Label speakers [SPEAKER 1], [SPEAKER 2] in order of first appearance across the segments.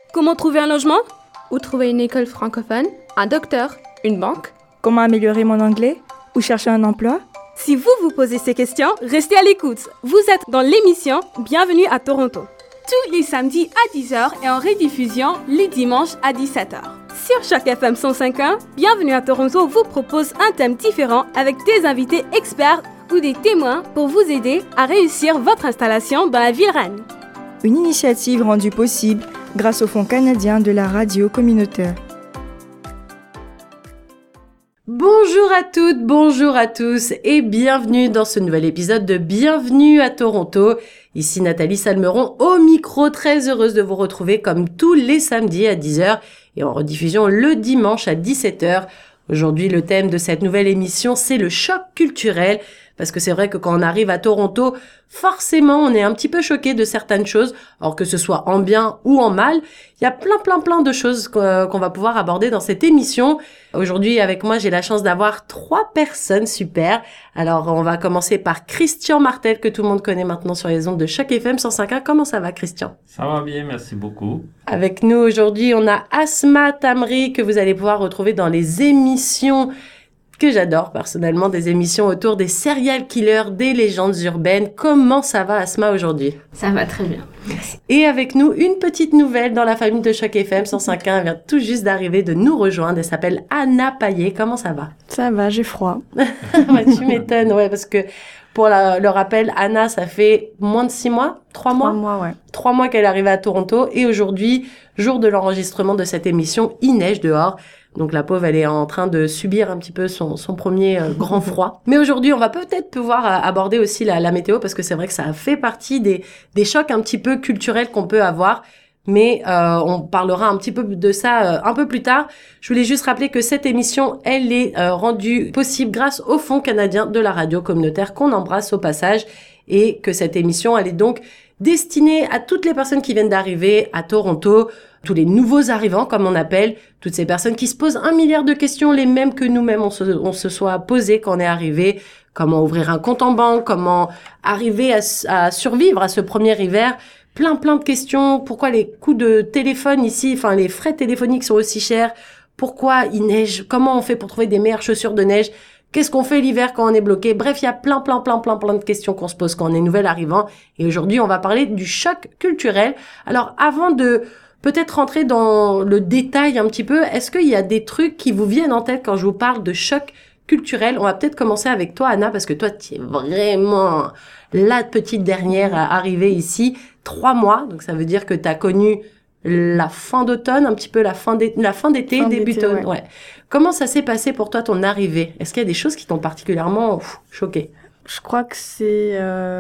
[SPEAKER 1] Comment trouver un logement? Où trouver une école francophone? Un docteur? Une banque?
[SPEAKER 2] Comment améliorer mon anglais? Où chercher un emploi?
[SPEAKER 1] Si vous vous posez ces questions, restez à l'écoute. Vous êtes dans l'émission Bienvenue à Toronto. Tous les samedis à 10h et en rediffusion les dimanches à 17h. Sur Choc FM 105.1, Bienvenue à Toronto vous propose un thème différent avec des invités experts ou des témoins pour vous aider à réussir votre installation dans la ville reine.
[SPEAKER 2] Une initiative rendue possible grâce au Fonds canadien de la radio communautaire.
[SPEAKER 3] Bonjour à toutes, bonjour à tous et bienvenue dans ce nouvel épisode de Bienvenue à Toronto. Ici Nathalie Salmeron au micro, très heureuse de vous retrouver comme tous les samedis à 10h et en rediffusion le dimanche à 17h. Aujourd'hui, le thème de cette nouvelle émission, c'est le choc culturel. Parce que c'est vrai que quand on arrive à Toronto, forcément, on est un petit peu choqué de certaines choses. Alors que ce soit en bien ou en mal, il y a plein de choses qu'on va pouvoir aborder dans cette émission. Aujourd'hui, avec moi, j'ai la chance d'avoir 3 personnes super. Alors, on va commencer par Christian Martel, que tout le monde connaît maintenant sur les ondes de Choc FM 105.1. Comment ça va, Christian?
[SPEAKER 4] Ça va bien, merci beaucoup.
[SPEAKER 3] Avec nous aujourd'hui, on a Asma Tamri, que vous allez pouvoir retrouver dans les émissions que j'adore personnellement, des émissions autour des serial killers, des légendes urbaines. Comment ça va, Asma, aujourd'hui?
[SPEAKER 5] Ça va très bien, merci.
[SPEAKER 3] Et avec nous, une petite nouvelle dans la famille de Choc FM 105.1. Elle vient tout juste d'arriver, de nous rejoindre. Elle s'appelle Anna Paillet. Comment ça va?
[SPEAKER 2] Ça va, j'ai froid.
[SPEAKER 3] Ouais, tu m'étonnes, ouais, parce que pour le rappel, Anna, ça fait moins de 6 mois? 3 mois?
[SPEAKER 2] 3 mois, ouais.
[SPEAKER 3] 3 mois qu'elle est arrivée à Toronto. Et aujourd'hui, jour de l'enregistrement de cette émission, il neige dehors. Donc la pauvre, elle est en train de subir un petit peu son premier grand froid. Mais aujourd'hui, on va peut-être pouvoir aborder aussi la météo, parce que c'est vrai que ça fait partie des chocs un petit peu culturels qu'on peut avoir. Mais on parlera un petit peu de ça un peu plus tard. Je voulais juste rappeler que cette émission, elle est rendue possible grâce au Fonds canadien de la radio communautaire, qu'on embrasse au passage. Et que cette émission, elle est donc destinée à toutes les personnes qui viennent d'arriver à Toronto, tous les nouveaux arrivants, comme on appelle, toutes ces personnes qui se posent 1 milliard de questions, les mêmes que nous-mêmes on se soit posées quand on est arrivé. Comment ouvrir un compte en banque, comment arriver à survivre à ce premier hiver. Plein de questions. Pourquoi les coûts de téléphone ici, enfin les frais téléphoniques sont aussi chers? Pourquoi il neige? Comment on fait pour trouver des meilleures chaussures de neige? Qu'est-ce qu'on fait l'hiver quand on est bloqué? Bref, il y a plein de questions qu'on se pose quand on est nouvel arrivant. Et aujourd'hui, on va parler du choc culturel. Alors, avant de peut-être rentrer dans le détail un petit peu, est-ce qu'il y a des trucs qui vous viennent en tête quand je vous parle de choc culturel? On va peut-être commencer avec toi, Anna, parce que toi, tu es vraiment la petite dernière à arriver ici. 3 mois, donc ça veut dire que tu as connu la fin d'automne, un petit peu la fin d'été, début d'automne. Ouais. Comment ça s'est passé pour toi, ton arrivée? Est-ce qu'il y a des choses qui t'ont particulièrement choqué?
[SPEAKER 2] Je crois que c'est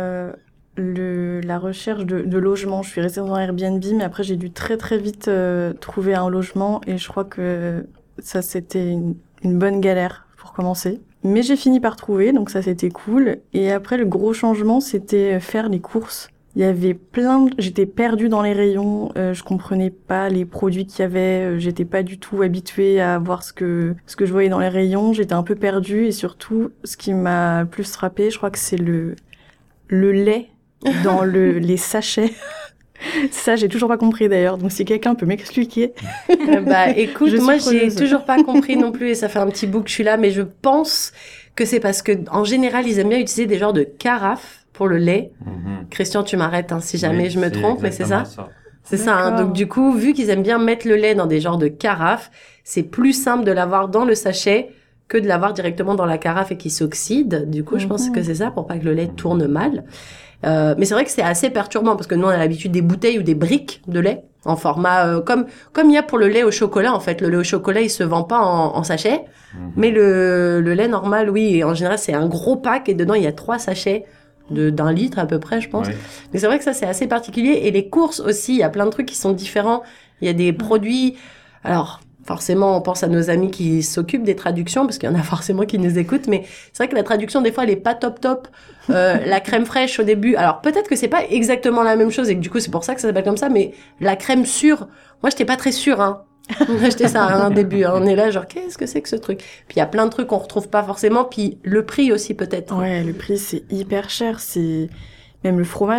[SPEAKER 2] la recherche de logement. Je suis restée dans un Airbnb, mais après j'ai dû très vite trouver un logement, et je crois que ça c'était une bonne galère pour commencer. Mais j'ai fini par trouver, donc ça c'était cool. Et après le gros changement, c'était faire les courses. Il y avait j'étais perdue dans les rayons, je comprenais pas les produits qu'il y avait, j'étais pas du tout habituée à voir ce que je voyais dans les rayons, j'étais un peu perdue, et surtout, ce qui m'a le plus frappée, je crois que c'est le lait dans les sachets. Ça, j'ai toujours pas compris d'ailleurs, donc si quelqu'un peut m'expliquer.
[SPEAKER 3] Écoute, moi j'ai toujours pas compris non plus, et ça fait un petit bout que je suis là, mais je pense que c'est parce que en général, ils aiment bien utiliser des genres de carafes pour le lait. Christian, tu m'arrêtes si jamais je me trompe, mais c'est ça? C'est ça, hein. Donc du coup, vu qu'ils aiment bien mettre le lait dans des genres de carafes, c'est plus simple de l'avoir dans le sachet que de l'avoir directement dans la carafe et qui s'oxyde. Du coup, je pense que c'est ça, pour pas que le lait tourne mal. Mais c'est vrai que c'est assez perturbant, parce que nous, on a l'habitude des bouteilles ou des briques de lait en format comme il y a pour le lait au chocolat. En fait, le lait au chocolat, il se vend pas en sachet, mais le lait normal, oui. Et en général, c'est un gros pack, et dedans, il y a 3 sachets d'1 litre à peu près, je pense. Ouais. Mais c'est vrai que ça, c'est assez particulier. Et les courses aussi, il y a plein de trucs qui sont différents. Il y a des produits... Alors, forcément, on pense à nos amis qui s'occupent des traductions, parce qu'il y en a forcément qui nous écoutent, mais c'est vrai que la traduction, des fois, elle est pas top. La crème fraîche au début, alors peut-être que c'est pas exactement la même chose, et que du coup, c'est pour ça que ça s'appelle comme ça, mais la crème sûre, moi, j'étais pas très sûre, hein. On a acheté ça à un début, hein. On est là genre qu'est-ce que c'est que ce truc? Puis il y a plein de trucs qu'on retrouve pas forcément, puis le prix aussi peut-être.
[SPEAKER 2] Ouais, le prix c'est hyper cher, c'est même le fromage.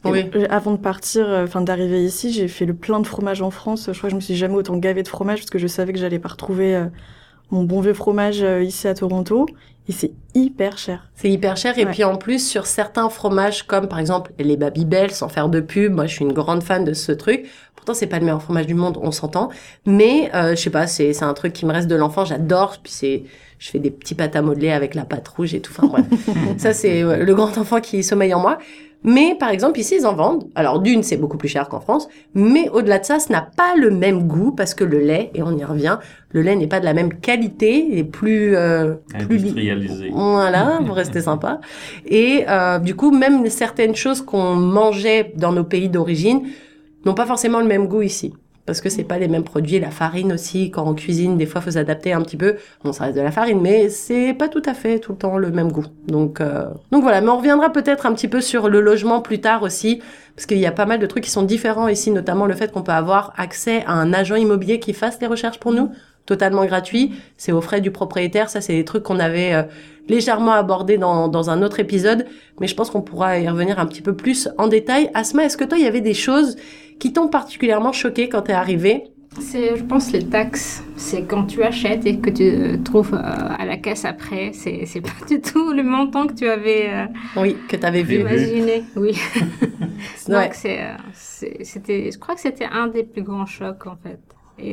[SPEAKER 3] Oui.
[SPEAKER 2] Avant de partir, d'arriver ici, j'ai fait le plein de fromage en France. Je crois que je me suis jamais autant gavée de fromage parce que je savais que j'allais pas retrouver mon bon vieux fromage ici à Toronto. Et c'est hyper cher.
[SPEAKER 3] C'est hyper cher. Et puis en plus, sur certains fromages, comme par exemple les Babybel, sans faire de pub, moi je suis une grande fan de ce truc. Pourtant, c'est pas le meilleur fromage du monde, on s'entend. Mais je sais pas, c'est un truc qui me reste de l'enfant. J'adore. Puis je fais des petits pâtes à modeler avec la pâte rouge et tout. Enfin bref, ça c'est le grand enfant qui sommeille en moi. Mais par exemple, ici, ils en vendent. Alors d'une, c'est beaucoup plus cher qu'en France. Mais au-delà de ça, ce n'a pas le même goût parce que le lait, et on y revient, le lait n'est pas de la même qualité, il est plus
[SPEAKER 4] industrialisé.
[SPEAKER 3] Voilà, pour rester sympa. Et du coup, même certaines choses qu'on mangeait dans nos pays d'origine n'ont pas forcément le même goût ici. Parce que c'est pas les mêmes produits. La farine aussi, quand on cuisine, des fois, faut s'adapter un petit peu. Bon, ça reste de la farine, mais c'est pas tout à fait tout le temps le même goût. Donc voilà. Mais on reviendra peut-être un petit peu sur le logement plus tard aussi. Parce qu'il y a pas mal de trucs qui sont différents ici, notamment le fait qu'on peut avoir accès à un agent immobilier qui fasse les recherches pour nous. Totalement gratuit. C'est aux frais du propriétaire. Ça, c'est des trucs qu'on avait légèrement abordés dans un autre épisode. Mais je pense qu'on pourra y revenir un petit peu plus en détail. Asma, est-ce que toi, il y avait des choses qui t'ont particulièrement choqué quand t'es arrivée?
[SPEAKER 5] C'est, je pense, les taxes. C'est quand tu achètes et que tu trouves à la caisse après. C'est pas du tout le montant que tu avais
[SPEAKER 3] oui, que t'avais vu.
[SPEAKER 5] Imaginé. Oui. Donc,
[SPEAKER 3] Ouais.
[SPEAKER 5] c'était, je crois que c'était un des plus grands chocs, en fait.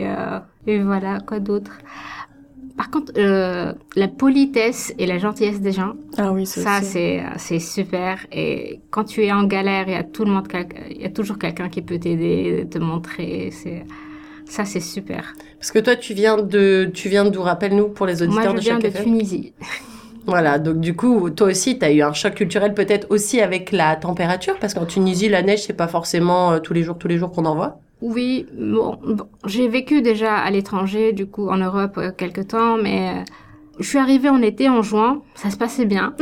[SPEAKER 5] Et voilà, quoi d'autre? Par contre, la politesse et la gentillesse des gens,
[SPEAKER 2] Ah oui,
[SPEAKER 5] ça, c'est super. Et quand tu es en galère, il y a il y a toujours quelqu'un qui peut t'aider, te montrer. Ça, c'est super.
[SPEAKER 3] Parce que toi, tu viens d'où? Rappelle-nous pour les auditeurs
[SPEAKER 5] Moi,
[SPEAKER 3] de
[SPEAKER 5] je viens
[SPEAKER 3] Choc
[SPEAKER 5] de
[SPEAKER 3] FM.
[SPEAKER 5] Tunisie.
[SPEAKER 3] Voilà, donc du coup, toi aussi, tu as eu un choc culturel peut-être aussi avec la température, parce qu'en Tunisie, la neige, c'est pas forcément tous les jours qu'on en voit.
[SPEAKER 5] Oui, bon, j'ai vécu déjà à l'étranger, du coup, en Europe, quelque temps, mais je suis arrivée en été, en juin, ça se passait bien.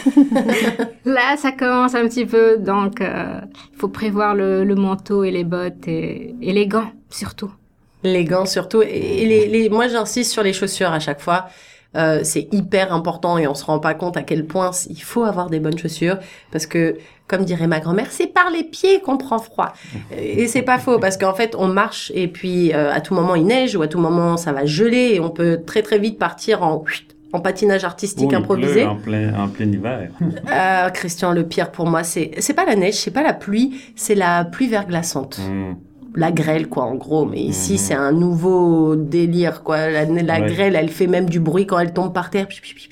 [SPEAKER 5] Là, ça commence un petit peu, donc il faut prévoir le manteau et les bottes et les gants, surtout.
[SPEAKER 3] Les gants surtout, et moi j'insiste sur les chaussures à chaque fois. C'est hyper important et on se rend pas compte à quel point il faut avoir des bonnes chaussures parce que, comme dirait ma grand-mère, c'est par les pieds qu'on prend froid. Et c'est pas faux parce qu'en fait, on marche et puis à tout moment il neige ou à tout moment ça va geler et on peut très très vite partir en patinage artistique improvisé.
[SPEAKER 4] En plein hiver.
[SPEAKER 3] Christian, le pire pour moi, c'est pas la neige, c'est pas la pluie, c'est la pluie verglaçante. La grêle, quoi, en gros. Mais ici, c'est un nouveau délire, quoi. La grêle, elle fait même du bruit quand elle tombe par terre.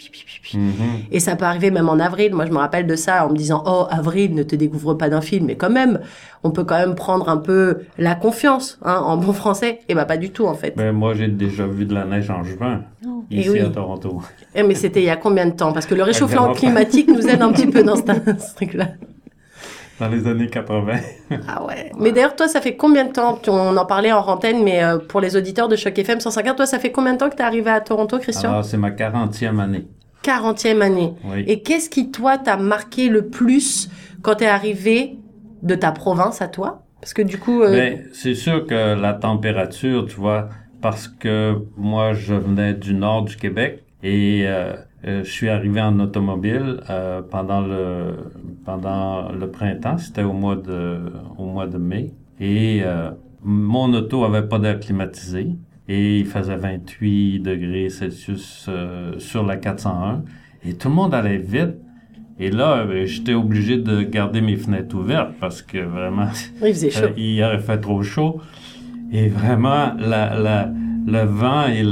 [SPEAKER 3] Et ça peut arriver même en avril. Moi, je me rappelle de ça en me disant, oh, avril, ne te découvre pas d'un film. Mais quand même, on peut quand même prendre un peu la confiance, hein, en bon français. Et bah, pas du tout, en fait.
[SPEAKER 4] Ben, moi, j'ai déjà vu de la neige en juin, ici à Toronto.
[SPEAKER 3] Mais c'était il y a combien de temps? Parce que le réchauffement climatique nous aide un petit peu dans ce truc-là.
[SPEAKER 4] Dans les années 80.
[SPEAKER 3] Ah ouais. Mais d'ailleurs, toi, ça fait combien de temps? On en parlait en antenne, mais pour les auditeurs de Choc FM 105.1, toi, ça fait combien de temps que t'es arrivé à Toronto, Christian?
[SPEAKER 4] Alors, c'est ma 40e année.
[SPEAKER 3] 40e année.
[SPEAKER 4] Oui.
[SPEAKER 3] Et qu'est-ce qui, toi, t'a marqué le plus quand t'es arrivé de ta province à toi? Parce que du coup...
[SPEAKER 4] Ben, c'est sûr que la température, tu vois, parce que moi, je venais du nord du Québec et je suis arrivé en automobile pendant le printemps, c'était au mois de mai, et mon auto avait pas d'air climatisé et il faisait 28 degrés Celsius sur la 401 et tout le monde allait vite. Et là, j'étais obligé de garder mes fenêtres ouvertes parce que vraiment,
[SPEAKER 3] il faisait chaud.
[SPEAKER 4] Il aurait fait trop chaud. Et vraiment, le vent et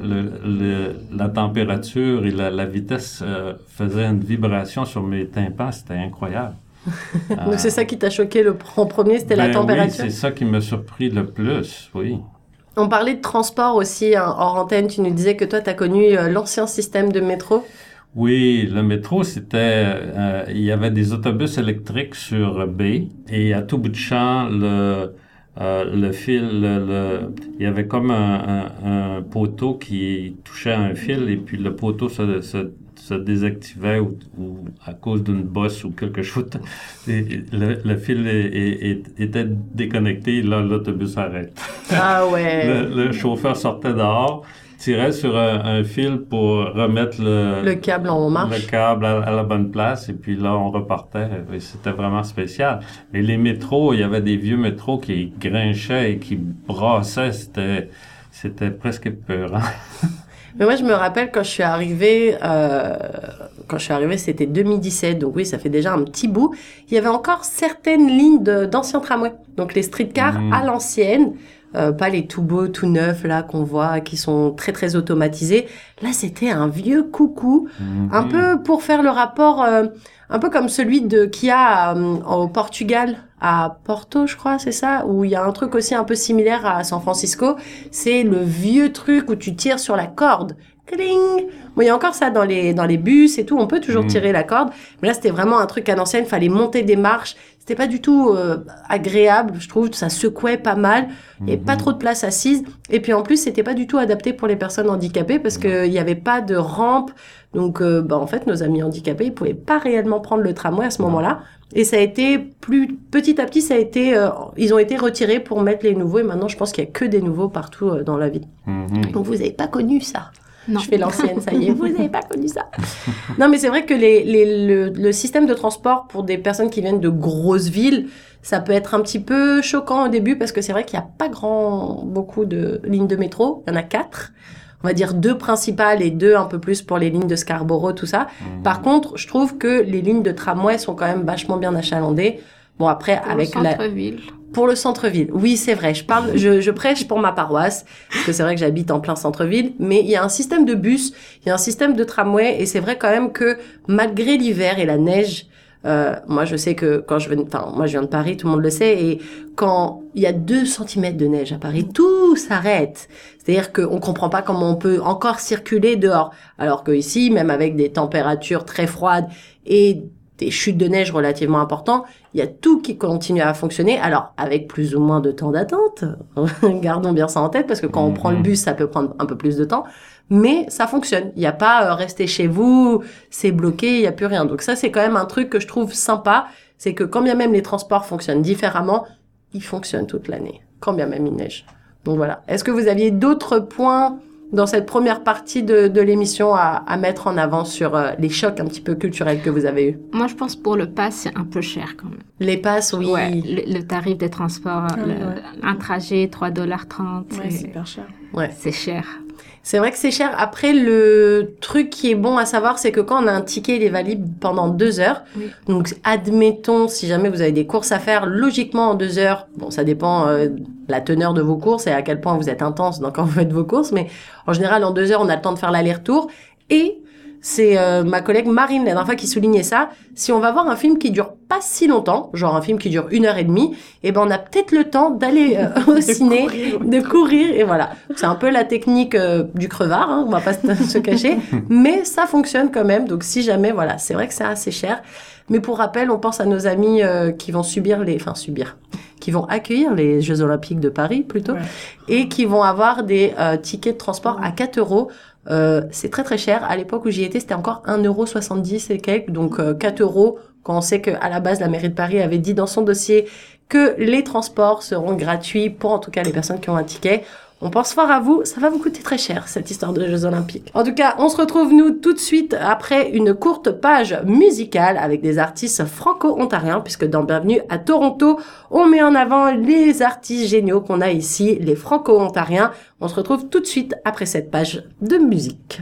[SPEAKER 4] la température et la vitesse faisaient une vibration sur mes tympans. C'était incroyable.
[SPEAKER 3] Donc c'est ça qui t'a choqué en premier, c'était la température?
[SPEAKER 4] Oui, c'est ça qui m'a surpris le plus, oui.
[SPEAKER 3] On parlait de transport aussi, hein, hors antenne. Tu nous disais que toi, tu as connu l'ancien système de métro.
[SPEAKER 4] Oui, le métro, c'était... il y avait des autobus électriques sur Bay et à tout bout de champ, le fil, il y avait comme un poteau qui touchait à un fil et puis le poteau se désactivait ou à cause d'une bosse ou quelque chose. Le fil était déconnecté et là, l'autobus arrête.
[SPEAKER 3] Ah ouais.
[SPEAKER 4] Le chauffeur sortait dehors. tirais sur un fil pour remettre
[SPEAKER 3] le câble en marche.
[SPEAKER 4] Le câble à la bonne place, et puis là, on repartait. Et c'était vraiment spécial. Mais les métros, il y avait des vieux métros qui grinchaient et qui brassaient. C'était presque peurant.
[SPEAKER 3] Mais moi, je me rappelle quand je suis arrivée, c'était 2017, donc oui, ça fait déjà un petit bout. Il y avait encore certaines lignes d'anciens tramways, donc les streetcars à l'ancienne, pas les tout beaux, tout neufs là qu'on voit, qui sont très très automatisés. Là, c'était un vieux coucou, un peu pour faire le rapport, un peu comme celui qu'il y a au Portugal, à Porto, je crois, c'est ça, où il y a un truc aussi un peu similaire à San Francisco. C'est le vieux truc où tu tires sur la corde. Cling. Bon, il y a encore ça dans les bus et tout. On peut toujours tirer la corde. Mais là, c'était vraiment un truc à l'ancienne. Il fallait monter des marches. C'était pas du tout agréable, je trouve. Ça secouait pas mal. Et pas trop de place assise. Et puis, en plus, c'était pas du tout adapté pour les personnes handicapées parce qu'il y avait pas de rampe. Donc, en fait, nos amis handicapés, ils pouvaient pas réellement prendre le tramway à ce moment-là. Et ça a été petit à petit, ils ont été retirés pour mettre les nouveaux. Et maintenant, je pense qu'il y a que des nouveaux partout dans la ville. Donc, vous avez pas connu ça.
[SPEAKER 5] Non.
[SPEAKER 3] Je fais l'ancienne, ça y est, vous n'avez pas connu ça. Non, mais c'est vrai que le système de transport pour des personnes qui viennent de grosses villes, ça peut être un petit peu choquant au début parce que c'est vrai qu'il n'y a pas beaucoup de lignes de métro. Il y en a 4. On va dire 2 principales et 2 un peu plus pour les lignes de Scarborough, tout ça. Par contre, je trouve que les lignes de tramway sont quand même vachement bien achalandées. Bon, après,
[SPEAKER 5] pour avec le centre-ville.
[SPEAKER 3] Pour le centre-ville. Oui, c'est vrai. Je prêche pour ma paroisse, parce que c'est vrai que j'habite en plein centre-ville, mais il y a un système de bus, il y a un système de tramway, et c'est vrai quand même que malgré l'hiver et la neige, moi, je sais que moi, je viens de Paris, tout le monde le sait, et quand il y a 2 centimètres de neige à Paris, tout s'arrête. C'est-à-dire qu'on comprend pas comment on peut encore circuler dehors. Alors que ici, même avec des températures très froides et des chutes de neige relativement importantes, il y a tout qui continue à fonctionner. Alors, avec plus ou moins de temps d'attente, gardons bien ça en tête, parce que quand on prend le bus, ça peut prendre un peu plus de temps, mais ça fonctionne. Il n'y a pas rester chez vous, c'est bloqué, il n'y a plus rien. Donc ça, c'est quand même un truc que je trouve sympa, c'est que quand bien même les transports fonctionnent différemment, ils fonctionnent toute l'année, quand bien même il neige. Donc voilà. Est-ce que vous aviez d'autres points dans cette première partie de l'émission à mettre en avant sur les chocs un petit peu culturels que vous avez eus?
[SPEAKER 5] Moi, je pense pour le pass, c'est un peu cher quand même.
[SPEAKER 3] Les passes, oui.
[SPEAKER 5] Ouais, le tarif des transports, un trajet, $3.30.
[SPEAKER 2] Ouais, c'est hyper cher.
[SPEAKER 3] Ouais.
[SPEAKER 5] C'est cher.
[SPEAKER 3] C'est vrai que c'est cher. Après, le truc qui est bon à savoir, c'est que quand on a un ticket, il est valide pendant 2 heures. Oui. Donc, admettons, si jamais vous avez des courses à faire, logiquement, en 2 heures, bon, ça dépend la teneur de vos courses et à quel point vous êtes intense quand vous faites vos courses, mais en général, en 2 heures, on a le temps de faire l'aller-retour. Et c'est ma collègue Marine, la dernière fois, qui soulignait ça. Si on va voir un film qui dure pas si longtemps, genre un film qui dure 1h30, eh ben on a peut-être le temps d'aller au ciné, de courir, et voilà. C'est un peu la technique du crevard, hein, on va pas se cacher, mais ça fonctionne quand même. Donc si jamais, voilà, c'est vrai que c'est assez cher. Mais pour rappel, on pense à nos amis qui vont qui vont accueillir les Jeux Olympiques de Paris plutôt, et qui vont avoir des tickets de transport à 4 €. C'est très très cher. À l'époque où j'y étais, c'était encore 1,70 € et quelques, donc 4 € quand on sait qu'à la base, la mairie de Paris avait dit dans son dossier que les transports seront gratuits pour en tout cas les personnes qui ont un ticket. On pense fort à vous, ça va vous coûter très cher, cette histoire de Jeux Olympiques. En tout cas, on se retrouve, nous, tout de suite après une courte page musicale avec des artistes franco-ontariens, puisque dans Bienvenue à Toronto, on met en avant les artistes géniaux qu'on a ici, les franco-ontariens. On se retrouve tout de suite après cette page de musique.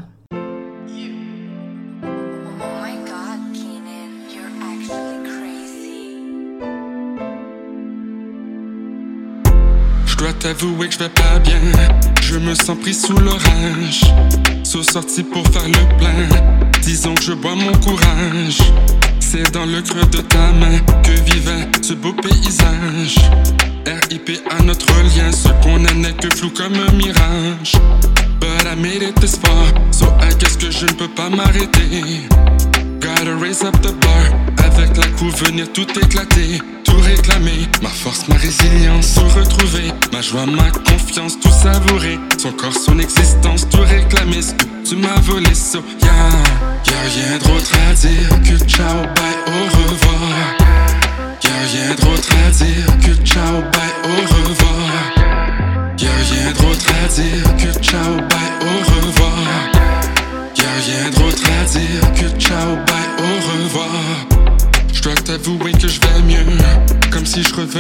[SPEAKER 6] Je dois t'avouer que je vais pas bien. Je me sens pris sous l'orage. Saut sorti pour faire le plein. Disons que je bois mon courage. C'est dans le creux de ta main que vivait ce beau paysage. RIP à notre lien, ce qu'on a n'est que flou comme un mirage. But I made it this far, so I guess que je ne peux pas m'arrêter. Gotta raise up the bar, avec la crew venir tout éclater, tout réclamer. Ma force, ma résilience, tout retrouver. Ma joie, ma confiance, tout savourer. Son corps, son existence, tout réclamer. Ce que tu m'as volé, so y'a rien d'autre à dire que ciao, bye, au revoir. Y'a rien d'autre à dire que ciao, bye, au revoir. Y'a rien d'autre à dire que ciao, bye, au revoir.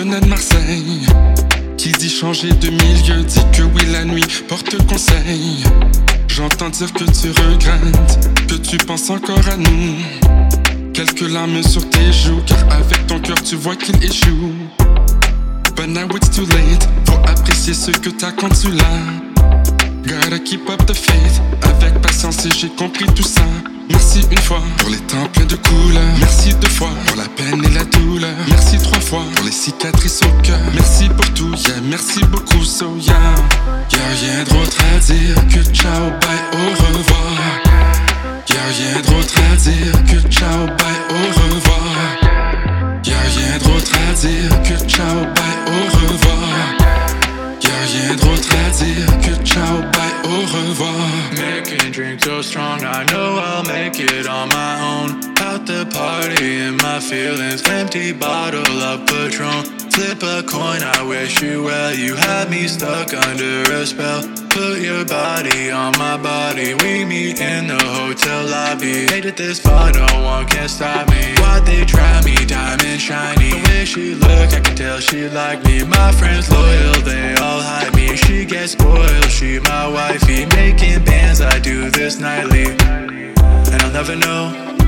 [SPEAKER 6] venait de Marseille. Qui dit changer de milieu dit que oui la nuit porte conseil. J'entends dire que tu regrettes, que tu penses encore à nous. Quelques larmes sur tes joues, car avec ton cœur tu vois qu'il échoue. But now it's too late, faut apprécier ce que t'as quand tu l'as. Gotta keep up the faith, avec patience et j'ai compris tout ça. Merci une fois pour les temps pleins de couleurs. Merci deux fois pour la peine et la douleur. Merci trois fois pour les cicatrices au cœur. Merci pour tout, yeah, merci beaucoup, so yeah. Y'a rien d'autre à dire que ciao, bye, au revoir. Y'a rien d'autre à dire que ciao, bye, au revoir. Y'a rien d'autre à dire que ciao, bye, au revoir. Y'a rien d'autre à dire que ciao, bye, au revoir.
[SPEAKER 7] Making drink so strong, I know I'll make it on my own. Out the party in my feelings, empty bottle of Patron. Flip a coin, I wish you well. You had me stuck under a spell. Put your body on my body. We meet in the hotel lobby. Made it this far, no one can stop me. Why'd they try me, diamond shiny? The way she look, I can tell she like me. My friends loyal, they all hide me. She gets spoiled, she my wifey. Making bands, I do this nightly. And I'll never know.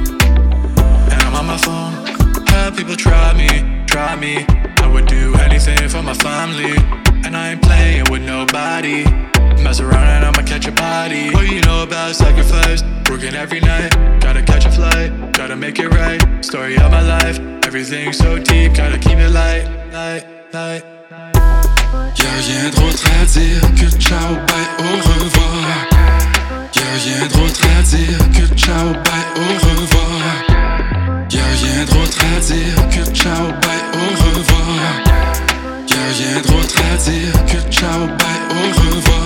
[SPEAKER 7] And I'm on my phone. Have people try me, try me. I would do anything for my family. And I ain't playing with nobody. Mess around and I'ma catch a body. What you know about sacrifice? Working every night, gotta catch a flight, gotta make it right. Story of my life, everything so deep, gotta keep it light, light, light.
[SPEAKER 6] Y'a rien d'autre à dire que ciao, bye, au revoir. Y'a rien d'autre à dire que ciao, bye, au revoir. Y'a rien d'autre à dire que ciao, bye, au revoir. Y'a rien d'autre à dire que ciao, bye, au revoir.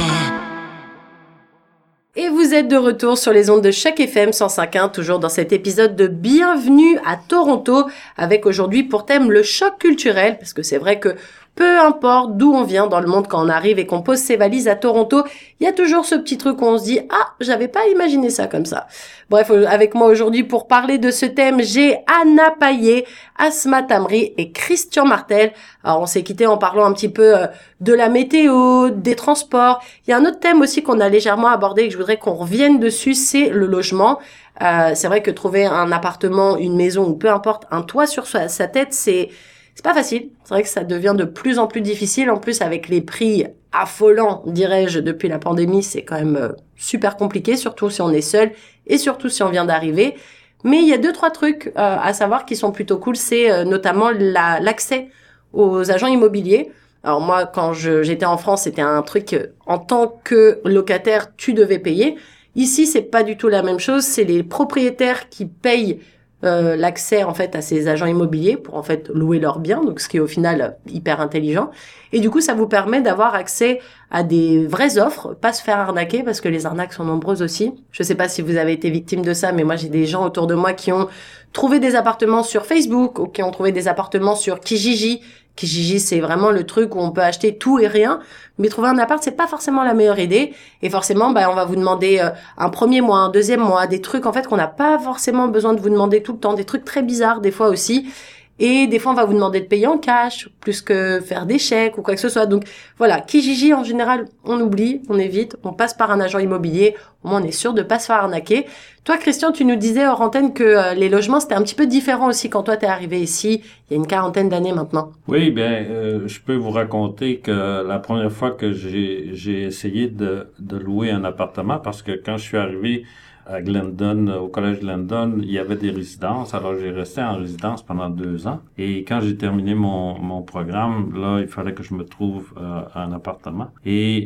[SPEAKER 3] Et vous êtes de retour sur les ondes de Choc FM 105.1, toujours dans cet épisode de Bienvenue à Toronto, avec aujourd'hui pour thème le choc culturel, parce que c'est vrai que peu importe d'où on vient dans le monde quand on arrive et qu'on pose ses valises à Toronto, il y a toujours ce petit truc où on se dit « Ah, j'avais pas imaginé ça comme ça ». Bref, avec moi aujourd'hui pour parler de ce thème, j'ai Anna Paillet, Asma Tamri et Christian Martel. Alors on s'est quitté en parlant un petit peu de la météo, des transports. Il y a un autre thème aussi qu'on a légèrement abordé et que je voudrais qu'on revienne dessus, c'est le logement. C'est vrai que trouver un appartement, une maison ou peu importe, un toit sur sa tête, c'est pas facile. C'est vrai que ça devient de plus en plus difficile. En plus, avec les prix affolants, dirais-je, depuis la pandémie, c'est quand même super compliqué, surtout si on est seul et surtout si on vient d'arriver. Mais il y a 2-3 trucs à savoir qui sont plutôt cool. C'est notamment l'accès aux agents immobiliers. Alors moi, quand j'étais en France, c'était un truc en tant que locataire, tu devais payer. Ici, c'est pas du tout la même chose. C'est les propriétaires qui payent l'accès en fait à ces agents immobiliers pour en fait louer leurs biens, donc ce qui est au final hyper intelligent. Et du coup, ça vous permet d'avoir accès à des vraies offres, pas se faire arnaquer parce que les arnaques sont nombreuses aussi. Je sais pas si vous avez été victime de ça, mais moi j'ai des gens autour de moi qui ont trouvé des appartements sur Facebook ou qui ont trouvé des appartements sur Kijiji. Kijiji, c'est vraiment le truc où on peut acheter tout et rien, mais trouver un appart, c'est pas forcément la meilleure idée. Et forcément, on va vous demander un premier mois, un deuxième mois, des trucs en fait qu'on n'a pas forcément besoin de vous demander tout le temps, des trucs très bizarres des fois aussi. Et des fois, on va vous demander de payer en cash, plus que faire des chèques ou quoi que ce soit. Donc voilà, Kijiji, en général, on oublie, on évite, on passe par un agent immobilier. Au moins, on est sûr de pas se faire arnaquer. Toi, Christian, tu nous disais hors antenne que les logements, c'était un petit peu différent aussi quand toi, t'es arrivé ici, il y a une quarantaine d'années maintenant.
[SPEAKER 4] Oui, je peux vous raconter que la première fois que j'ai essayé de louer un appartement, parce que quand je suis arrivé à Glendon, au collège Glendon, il y avait des résidences. Alors, j'ai resté en résidence pendant 2 ans. Et quand j'ai terminé mon programme, là, il fallait que je me trouve un appartement. Et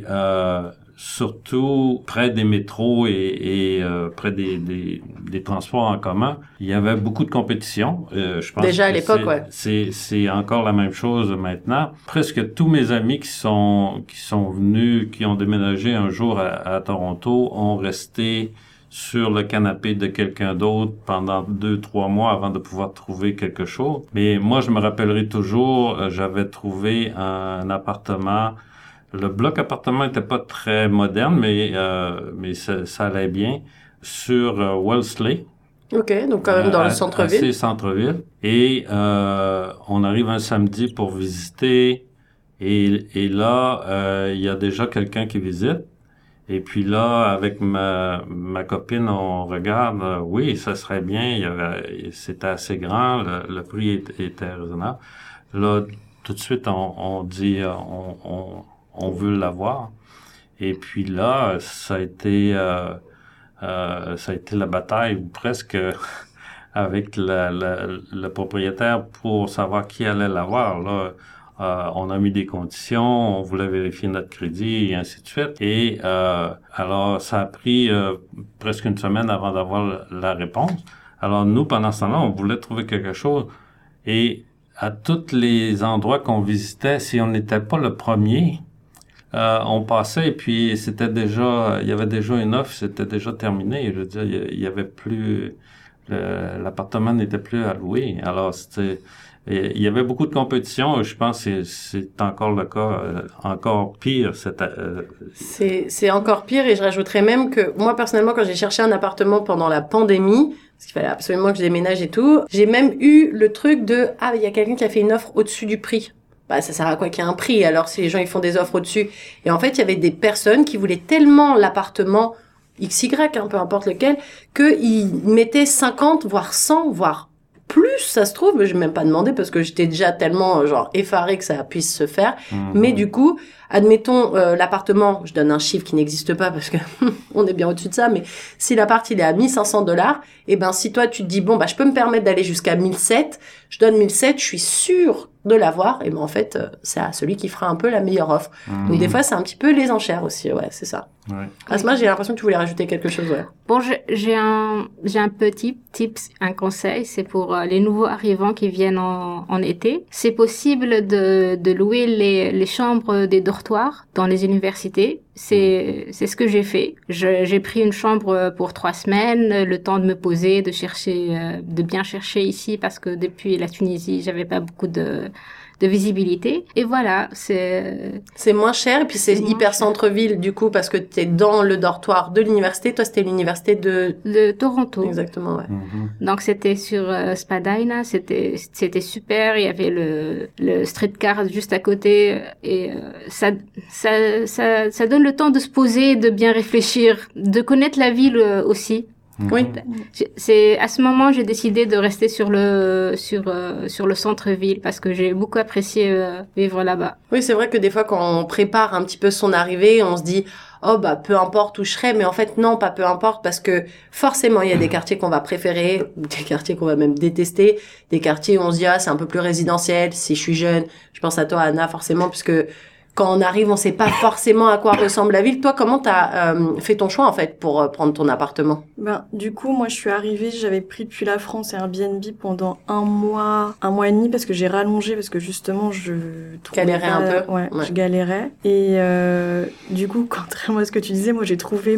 [SPEAKER 4] surtout près des métros et près des transports en commun, il y avait beaucoup de compétition. Je pense
[SPEAKER 3] déjà à l'époque, ouais.
[SPEAKER 4] C'est encore la même chose maintenant. Presque tous mes amis qui sont venus, qui ont déménagé un jour à Toronto, ont resté sur le canapé de quelqu'un d'autre pendant 2-3 mois avant de pouvoir trouver quelque chose. Mais moi, je me rappellerai toujours, j'avais trouvé un appartement. Le bloc appartement était pas très moderne, mais ça allait bien, sur Wellesley.
[SPEAKER 3] Ok, donc quand même dans le centre-ville.
[SPEAKER 4] Assez centre-ville. Et on arrive un samedi pour visiter. Et là, il y a déjà quelqu'un qui visite. Et puis là, avec ma copine, on regarde. Oui, ça serait bien. C'était assez grand. Le prix était raisonnable. Là, tout de suite, on dit, on veut l'avoir. Et puis là, ça a été la bataille presque avec le propriétaire pour savoir qui allait l'avoir. Là, on a mis des conditions, on voulait vérifier notre crédit et ainsi de suite. Et alors, ça a pris presque une semaine avant d'avoir la réponse. Alors nous, pendant ce temps-là, on voulait trouver quelque chose. Et à tous les endroits qu'on visitait, si on n'était pas le premier, on passait et puis c'était déjà, il y avait déjà une offre, c'était déjà terminé. Je veux dire, il y avait plus, l'appartement n'était plus à louer. Alors il y avait beaucoup de compétition. Je pense que c'est encore le cas, encore pire.
[SPEAKER 3] C'est encore pire et je rajouterais même que moi personnellement, quand j'ai cherché un appartement pendant la pandémie, parce qu'il fallait absolument que je déménage et tout, j'ai même eu le truc de il y a quelqu'un qui a fait une offre au-dessus du prix. Bah ça sert à quoi qu'il y ait un prix alors si les gens ils font des offres au-dessus. Et en fait, il y avait des personnes qui voulaient tellement l'appartement XY, peu importe lequel, que ils mettaient 50 voire 100 voire plus, ça se trouve, mais je n'ai même pas demandé parce que j'étais déjà tellement effarée que ça puisse se faire. Mais du coup, admettons l'appartement, je donne un chiffre qui n'existe pas parce que on est bien au-dessus de ça, mais si l'appart il est à $1 500, et ben si toi tu te dis bon je peux me permettre d'aller jusqu'à 1 700, je donne 1 700, je suis sûre de l'avoir, et ben en fait c'est à celui qui fera un peu la meilleure offre. Donc des fois c'est un petit peu les enchères aussi, ouais, c'est ça. Ouais. Asma, j'ai l'impression que tu voulais rajouter quelque chose, ouais.
[SPEAKER 5] Bon, j'ai un petit tips, un conseil, c'est pour les nouveaux arrivants qui viennent en été. C'est possible de louer les chambres des dortoirs dans les universités. C'est ce que j'ai fait. J'ai pris une chambre pour 3 semaines, le temps de me poser, de bien chercher ici parce que depuis la Tunisie, j'avais pas beaucoup de visibilité. Et voilà, c'est
[SPEAKER 3] moins cher et puis c'est hyper centre-ville du coup parce que t'es dans le dortoir de l'université. Toi, c'était l'université de
[SPEAKER 5] Toronto.
[SPEAKER 3] Exactement, ouais.
[SPEAKER 5] Donc c'était sur Spadina, c'était super. Il y avait le streetcar juste à côté et ça donne le temps de se poser, de bien réfléchir, de connaître la ville aussi.
[SPEAKER 3] Oui.
[SPEAKER 5] C'est à ce moment j'ai décidé de rester sur le centre-ville parce que j'ai beaucoup apprécié vivre là-bas.
[SPEAKER 3] Oui, c'est vrai que des fois quand on prépare un petit peu son arrivée, on se dit peu importe où je serai, mais en fait non, pas peu importe parce que forcément il y a des quartiers qu'on va préférer, des quartiers qu'on va même détester, des quartiers où on se dit c'est un peu plus résidentiel. Si je suis jeune, je pense à toi Anna forcément puisque quand on arrive, on sait pas forcément à quoi ressemble la ville. Toi, comment t'as fait ton choix en fait pour prendre ton appartement?
[SPEAKER 2] Du coup, moi, je suis arrivée, j'avais pris depuis la France Airbnb pendant un mois et demi parce que j'ai rallongé parce que justement, je
[SPEAKER 3] galérais un peu.
[SPEAKER 2] Ouais, je galérais. Et du coup, contrairement à ce que tu disais, moi, j'ai trouvé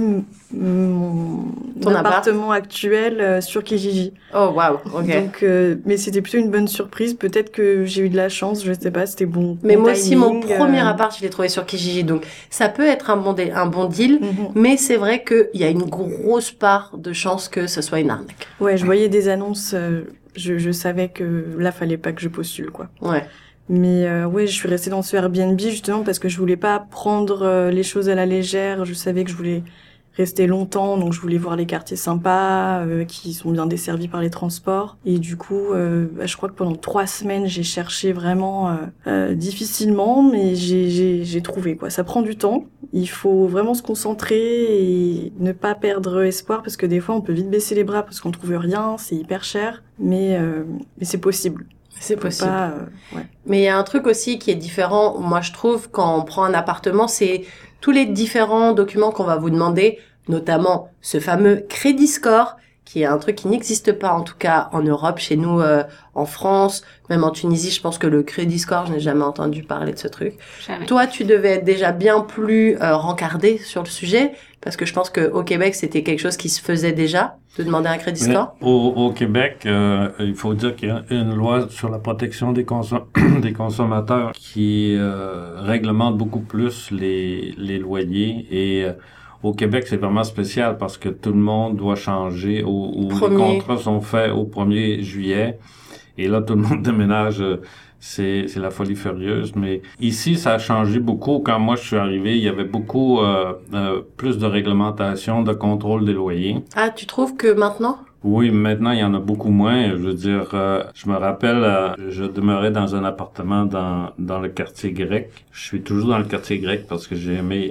[SPEAKER 2] mon appartement actuel sur Kijiji.
[SPEAKER 3] Oh waouh, ok.
[SPEAKER 2] Donc, mais c'était plutôt une bonne surprise. Peut-être que j'ai eu de la chance, je sais pas, c'était bon.
[SPEAKER 3] Mais moi aussi, mon premier appart, je l'ai trouvé sur Kijiji, donc ça peut être un bon deal, mais c'est vrai qu'il y a une grosse part de chance que ce soit une arnaque.
[SPEAKER 2] Ouais, je voyais des annonces, je savais que là, fallait pas que je postule, quoi.
[SPEAKER 3] Ouais.
[SPEAKER 2] Mais ouais, je suis restée dans ce Airbnb justement parce que je voulais pas prendre les choses à la légère. Je savais que je voulais rester longtemps, donc je voulais voir les quartiers sympas qui sont bien desservis par les transports. Et du coup, je crois que pendant 3 semaines, j'ai cherché vraiment difficilement, mais j'ai trouvé, quoi. Ça prend du temps. Il faut vraiment se concentrer et ne pas perdre espoir parce que des fois, on peut vite baisser les bras parce qu'on trouve rien, c'est hyper cher, mais c'est possible.
[SPEAKER 3] C'est possible.
[SPEAKER 2] Ouais.
[SPEAKER 3] Mais il y a un truc aussi qui est différent, moi je trouve, quand on prend un appartement, c'est tous les différents documents qu'on va vous demander, notamment ce fameux crédit score, qui est un truc qui n'existe pas en tout cas en Europe, chez nous en France, même en Tunisie, je pense que le crédit score, je n'ai jamais entendu parler de ce truc.
[SPEAKER 5] Jamais.
[SPEAKER 3] Toi, tu devais être déjà bien plus rencardé sur le sujet, parce que je pense qu'au Québec, c'était quelque chose qui se faisait déjà, de demander un crédit score.
[SPEAKER 4] Au Québec, il faut dire qu'il y a une loi sur la protection des consommateurs qui réglemente beaucoup plus les loyers et au Québec, c'est vraiment spécial parce que tout le monde doit changer ou les contrats sont faits au 1er juillet. Et là, tout le monde déménage. C'est la folie furieuse. Mais ici, ça a changé beaucoup. Quand moi, je suis arrivé, il y avait beaucoup plus de réglementation, de contrôle des loyers.
[SPEAKER 3] Ah, tu trouves que maintenant?
[SPEAKER 4] Oui, maintenant, il y en a beaucoup moins. Je veux dire, je me rappelle, je demeurais dans un appartement dans le quartier grec. Je suis toujours dans le quartier grec parce que j'ai aimé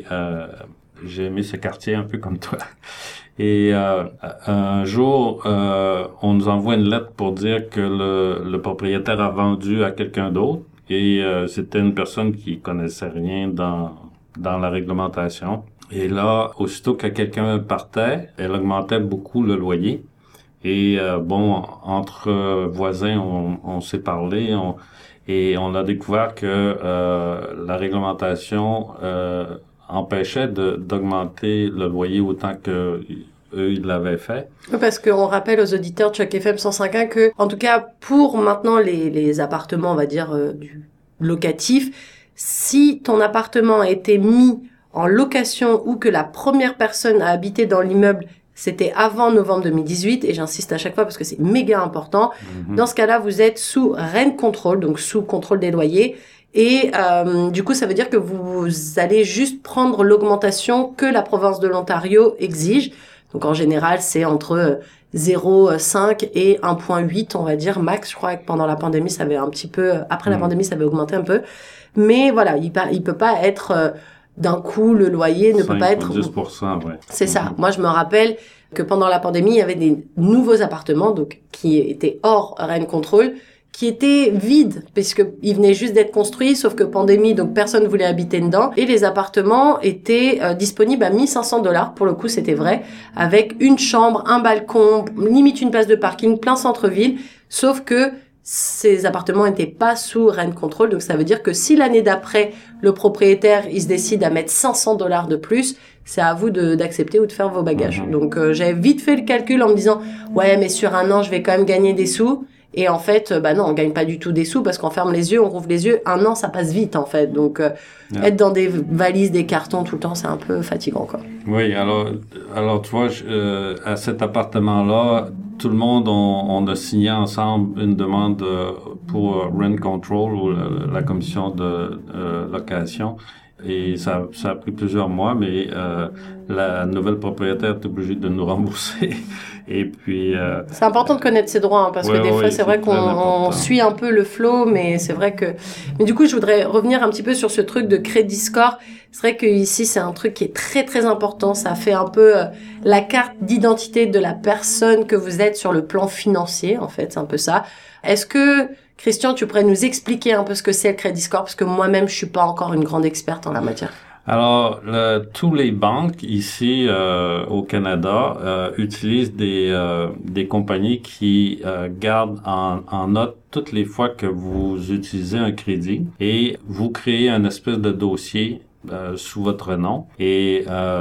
[SPEAKER 4] ce quartier un peu comme toi. Et un jour, on nous envoie une lettre pour dire que le propriétaire a vendu à quelqu'un d'autre. Et c'était une personne qui connaissait rien dans la réglementation. Et là, aussitôt que quelqu'un partait, elle augmentait beaucoup le loyer. Et entre voisins, on s'est parlé et on a découvert que la réglementation empêchait d'augmenter le loyer autant que eux ils l'avaient fait.
[SPEAKER 3] Oui, parce qu'on rappelle aux auditeurs de Choc FM 105.1 que, en tout cas, pour maintenant les appartements, on va dire, du locatif, si ton appartement a été mis en location ou que la première personne a habité dans l'immeuble, c'était avant novembre 2018, et j'insiste à chaque fois parce que c'est méga important. Dans ce cas-là, vous êtes sous rent control, donc sous contrôle des loyers. Et du coup, ça veut dire que vous allez juste prendre l'augmentation que la province de l'Ontario exige. Donc en général, c'est entre 0,5 et 1,8, on va dire, max. Je crois que pendant la pandémie, ça avait un petit peu... Après la pandémie, ça avait augmenté un peu. Mais voilà, il peut pas être... d'un coup, le loyer ne peut pas être...
[SPEAKER 4] 10%, ouais.
[SPEAKER 3] C'est ça. Moi, je me rappelle que pendant la pandémie, il y avait des nouveaux appartements, donc qui étaient hors rent control, qui étaient vides, puisqu'ils venaient juste d'être construits, sauf que pandémie, donc personne ne voulait habiter dedans. Et les appartements étaient disponibles à $1,500, pour le coup, c'était vrai, avec une chambre, un balcon, limite une place de parking, plein centre-ville, sauf que ces appartements n'étaient pas sous rent control, donc ça veut dire que si l'année d'après, le propriétaire, il se décide à mettre $500 de plus, c'est à vous d'accepter ou de faire vos bagages. Donc j'avais vite fait le calcul en me disant, ouais, mais sur un an, je vais quand même gagner des sous. Et en fait, non, on gagne pas du tout des sous parce qu'on ferme les yeux, on rouvre les yeux. Un an, ça passe vite, en fait. Donc, être dans des valises, des cartons tout le temps, c'est un peu fatigant, quoi.
[SPEAKER 4] Oui, alors tu vois, à cet appartement-là, tout le monde, on a signé ensemble une demande pour rent control ou la commission de location. Et ça a pris plusieurs mois, mais la nouvelle propriétaire est obligée de nous rembourser. Et puis...
[SPEAKER 3] c'est important de connaître ses droits, hein, parce que des fois, c'est vrai qu'on suit un peu le flow, mais c'est vrai que... Mais du coup, je voudrais revenir un petit peu sur ce truc de crédit score. C'est vrai que ici, c'est un truc qui est très, très important. Ça fait un peu la carte d'identité de la personne que vous êtes sur le plan financier, en fait, c'est un peu ça. Est-ce que... Christian, tu pourrais nous expliquer un peu ce que c'est le crédit score, parce que moi-même, je suis pas encore une grande experte en la matière.
[SPEAKER 4] Alors, tous les banques ici au Canada utilisent des compagnies qui gardent en note toutes les fois que vous utilisez un crédit et vous créez un espèce de dossier sous votre nom et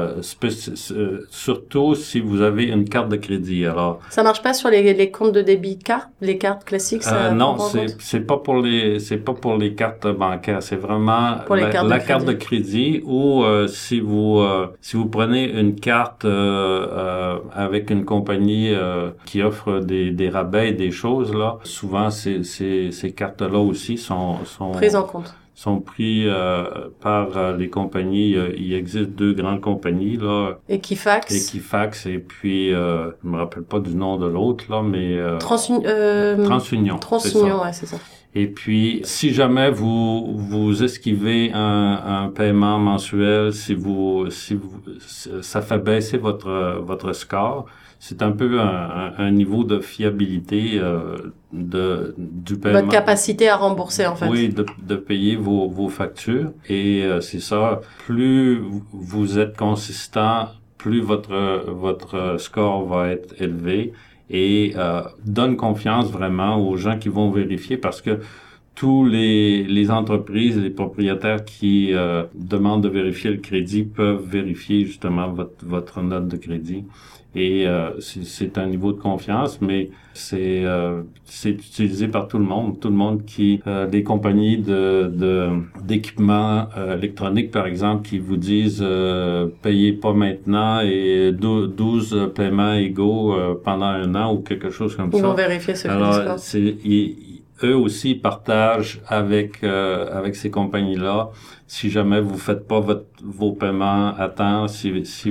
[SPEAKER 4] surtout si vous avez une carte de crédit. Alors
[SPEAKER 3] ça marche pas sur les comptes de débit carte, les cartes classiques. Ça
[SPEAKER 4] non, c'est pas pour les cartes bancaires, c'est vraiment
[SPEAKER 3] pour
[SPEAKER 4] la carte de crédit ou si vous prenez une carte avec une compagnie qui offre des rabais et des choses là, souvent ces cartes là aussi sont
[SPEAKER 3] prises en compte.
[SPEAKER 4] Sont pris par les compagnies. Il existe 2 grandes compagnies là.
[SPEAKER 3] Equifax
[SPEAKER 4] et puis je me rappelle pas du nom de l'autre là, mais TransUnion.
[SPEAKER 3] TransUnion, ouais, c'est ça.
[SPEAKER 4] Et puis si jamais vous esquivez un paiement mensuel, si ça fait baisser votre score. C'est un peu un niveau de fiabilité du paiement.
[SPEAKER 3] Votre capacité à rembourser, en fait.
[SPEAKER 4] Oui, de payer vos factures. Et c'est ça, plus vous êtes consistant, plus votre score va être élevé et donne confiance vraiment aux gens qui vont vérifier parce que tous les entreprises, les propriétaires qui demandent de vérifier le crédit peuvent vérifier justement votre note de crédit. Et c'est un niveau de confiance, mais c'est utilisé par tout le monde. Tout le monde qui des compagnies d'équipements électroniques, par exemple, qui vous disent payez pas maintenant et 12 paiements égaux pendant un an ou quelque chose comme ça.
[SPEAKER 3] Ils vont vérifier ce
[SPEAKER 4] Alors, eux aussi partagent avec ces compagnies-là. Si jamais vous faites pas vos paiements à temps, si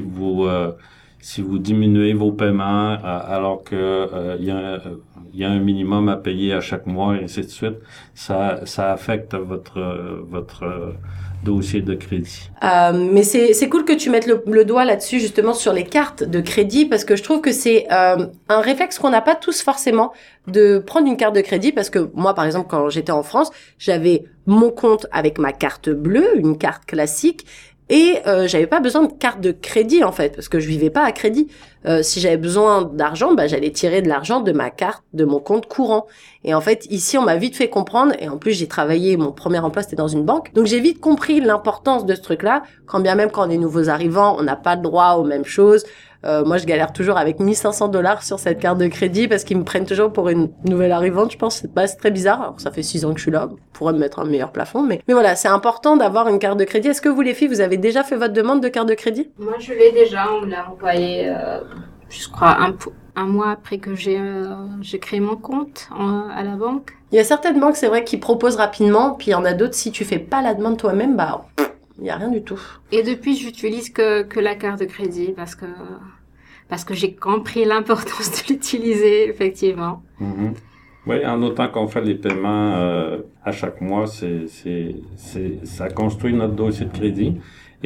[SPEAKER 4] vous diminuez vos paiements alors que il y a un minimum à payer à chaque mois et ainsi de suite, ça affecte votre dossier de crédit.
[SPEAKER 3] Mais c'est cool que tu mettes le doigt là-dessus, justement, sur les cartes de crédit, parce que je trouve que c'est un réflexe qu'on n'a pas tous forcément de prendre une carte de crédit, parce que moi, par exemple, quand j'étais en France, j'avais mon compte avec ma carte bleue, une carte classique, et j'avais pas besoin de carte de crédit, en fait, parce que je vivais pas à crédit. Si j'avais besoin d'argent, j'allais tirer de l'argent de ma carte, de mon compte courant. Et en fait, ici, on m'a vite fait comprendre, et en plus, j'ai travaillé, mon premier emploi, c'était dans une banque. Donc, j'ai vite compris l'importance de ce truc-là, quand bien même quand on est nouveaux arrivants, on n'a pas le droit aux mêmes choses. Moi, je galère toujours avec $1 500 sur cette carte de crédit parce qu'ils me prennent toujours pour une nouvelle arrivante. Je pense que c'est très bizarre. Alors, ça fait 6 ans que je suis là. On pourrait me mettre un meilleur plafond. Mais voilà, c'est important d'avoir une carte de crédit. Est-ce que vous, les filles, vous avez déjà fait votre demande de carte de crédit?
[SPEAKER 5] Moi, je l'ai déjà. On me l'a envoyé, je crois, un mois après que j'ai créé mon compte à la banque.
[SPEAKER 3] Il y a certaines banques, c'est vrai, qui proposent rapidement. Puis il y en a d'autres, si tu fais pas la demande toi-même, il y a rien du tout.
[SPEAKER 5] Et depuis, j'utilise que la carte de crédit parce que j'ai compris l'importance de l'utiliser, effectivement.
[SPEAKER 4] Mm-hmm. Oui, en autant qu'on fait les paiements à chaque mois, ça construit notre dossier de crédit.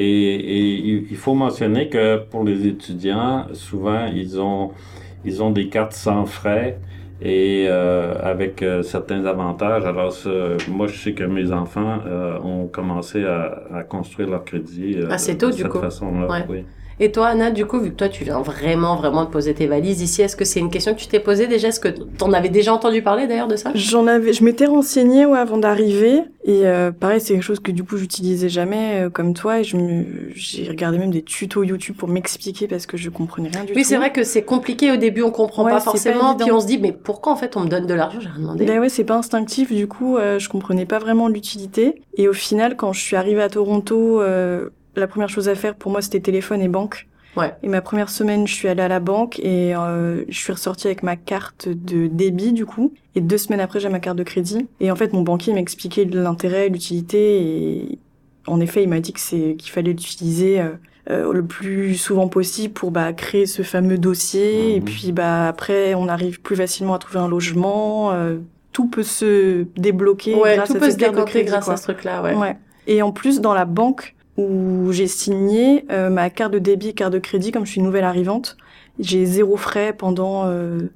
[SPEAKER 4] Et il faut mentionner que pour les étudiants, souvent, ils ont des cartes sans frais et avec certains avantages. Alors, moi, je sais que mes enfants ont commencé à construire leur crédit
[SPEAKER 3] assez tôt,
[SPEAKER 4] de cette façon-là.
[SPEAKER 3] Ouais.
[SPEAKER 4] Oui.
[SPEAKER 3] Et toi, Anna, du coup, vu que toi, tu viens vraiment de poser tes valises ici, est-ce que c'est une question que tu t'es posée déjà? Est-ce que t'en avais déjà entendu parler d'ailleurs de ça?
[SPEAKER 2] Je m'étais renseignée avant d'arriver et pareil, c'est quelque chose que du coup j'utilisais jamais comme toi et j'ai regardé même des tutos YouTube pour m'expliquer parce que je comprenais rien du tout.
[SPEAKER 3] Oui, c'est vrai que c'est compliqué au début, on comprend pas forcément, puis on se dit mais pourquoi en fait on me donne de l'argent? J'ai rien demandé.
[SPEAKER 2] Ben ouais, c'est pas instinctif, du coup je comprenais pas vraiment l'utilité et au final quand je suis arrivée à Toronto, la première chose à faire pour moi, c'était téléphone et banque.
[SPEAKER 3] Ouais.
[SPEAKER 2] Et ma première semaine, je suis allée à la banque et je suis ressortie avec ma carte de débit, du coup. Et 2 semaines après, j'ai ma carte de crédit. Et en fait, mon banquier m'a expliqué l'intérêt, l'utilité. Et en effet, il m'a dit qu'il fallait l'utiliser le plus souvent possible pour créer ce fameux dossier. Et puis après, on arrive plus facilement à trouver un logement. Tout peut se débloquer grâce à cette carte de crédit.
[SPEAKER 3] Grâce à ce truc-là, ouais.
[SPEAKER 2] Et en plus, dans la banque où j'ai signé ma carte de débit et carte de crédit, comme je suis nouvelle arrivante, j'ai 0 frais pendant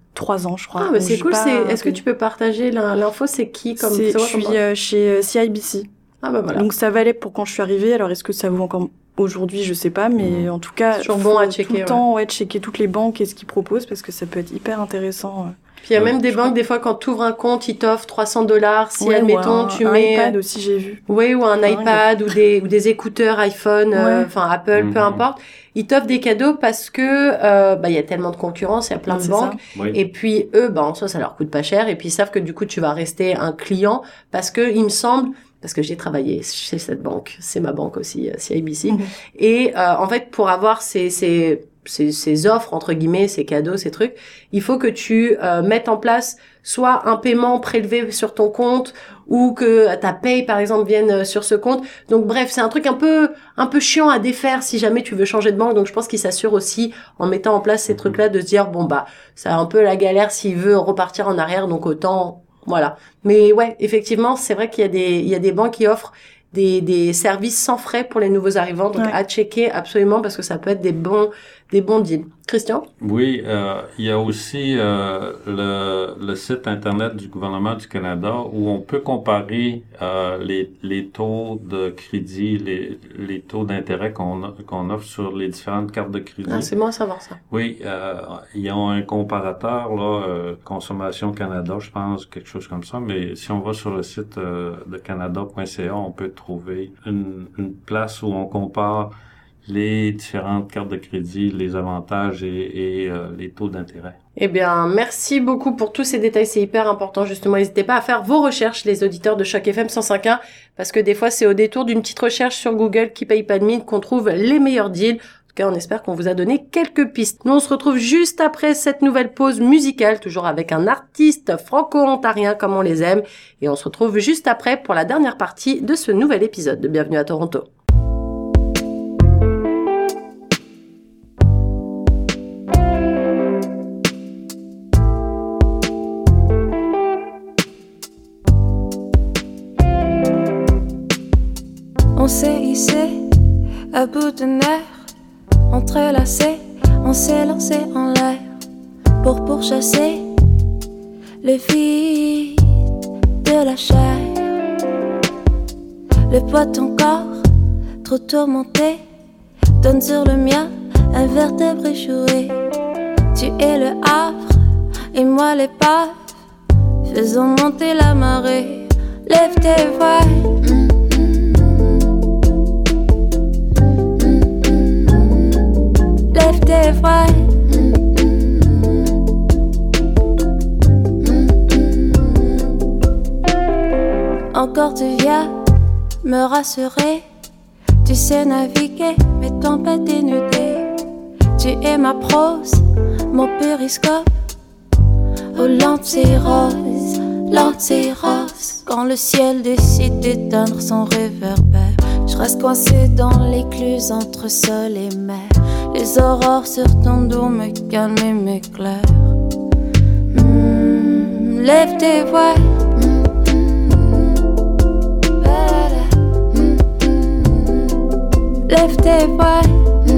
[SPEAKER 2] 3 ans, je crois.
[SPEAKER 3] Ah, mais c'est cool. Est-ce que tu peux partager l'info? C'est qui comme
[SPEAKER 2] je suis chez CIBC.
[SPEAKER 3] Ah bah voilà.
[SPEAKER 2] Donc ça valait pour quand je suis arrivée. Alors est-ce que ça vaut encore aujourd'hui? Je sais pas, mais en tout cas,
[SPEAKER 3] c'est toujours bon à checker.
[SPEAKER 2] Tout le temps, checker toutes les banques et ce qu'ils proposent parce que ça peut être hyper intéressant.
[SPEAKER 3] Puis il y a même des banques, des fois, quand tu ouvres un compte, ils t'offrent $300 si, admettons, tu mets...
[SPEAKER 2] un iPad aussi, j'ai vu.
[SPEAKER 3] Oui, ou un iPad, ou des écouteurs iPhone, Apple, peu importe. Ils t'offrent des cadeaux parce que il y a tellement de concurrence, il y a plein de banques.
[SPEAKER 4] Oui.
[SPEAKER 3] Et puis, eux, en soi, ça leur coûte pas cher. Et puis, ils savent que du coup, tu vas rester un client parce que, il me semble... Parce que j'ai travaillé chez cette banque. C'est ma banque aussi, CIBC. Et en fait, pour avoir ces offres, entre guillemets, ces cadeaux, ces trucs, il faut que tu mettes en place soit un paiement prélevé sur ton compte ou que ta paye, par exemple, vienne sur ce compte. Donc bref, c'est un truc un peu chiant à défaire si jamais tu veux changer de banque. Donc je pense qu'il s'assure aussi, en mettant en place ces trucs-là, de se dire, c'est un peu la galère s'il veut repartir en arrière, donc autant... Voilà. Mais ouais, effectivement, c'est vrai qu'il y a des banques qui offrent des services sans frais pour les nouveaux arrivants. Donc, à checker absolument parce que ça peut être des des bons deals. Christian?
[SPEAKER 4] Oui, il y a aussi le site Internet du gouvernement du Canada où on peut comparer les taux de crédit, les taux d'intérêt qu'on offre sur les différentes cartes de crédit.
[SPEAKER 3] Ah, c'est bon à savoir ça.
[SPEAKER 4] Oui, ils ont un comparateur, là, Consommation Canada, je pense, quelque chose comme ça, mais si on va sur le site de canada.ca, on peut trouver une place où on compare les différentes cartes de crédit, les avantages et les taux d'intérêt.
[SPEAKER 3] Eh bien, merci beaucoup pour tous ces détails, c'est hyper important justement. N'hésitez pas à faire vos recherches, les auditeurs de Choc FM 105.1, parce que des fois, c'est au détour d'une petite recherche sur Google qui paye pas de mine qu'on trouve les meilleurs deals. En tout cas, on espère qu'on vous a donné quelques pistes. Nous, on se retrouve juste après cette nouvelle pause musicale, toujours avec un artiste franco-ontarien comme on les aime. Et on se retrouve juste après pour la dernière partie de ce nouvel épisode de Bienvenue à Toronto.
[SPEAKER 8] On s'est hissé à bout de nerfs, entrelacés, on s'est lancé en l'air pour pourchasser le vide de la chair. Le poids de ton corps, trop tourmenté, donne sur le mien un vertèbre échoué. Tu es le havre et moi l'épave, faisons monter la marée. Lève tes voiles. Lève tes voiles. Encore tu viens me rassurer. Tu sais naviguer mes tempêtes dénudées. Tu es ma prose, mon périscope. Oh l'anti-rose, l'anti-rose. Quand le ciel décide d'éteindre son réverbère, je reste coincée dans l'écluse entre sol et mer. Les aurores sur ton dos me calment et m'éclairent. Lève tes voiles. Lève tes voiles.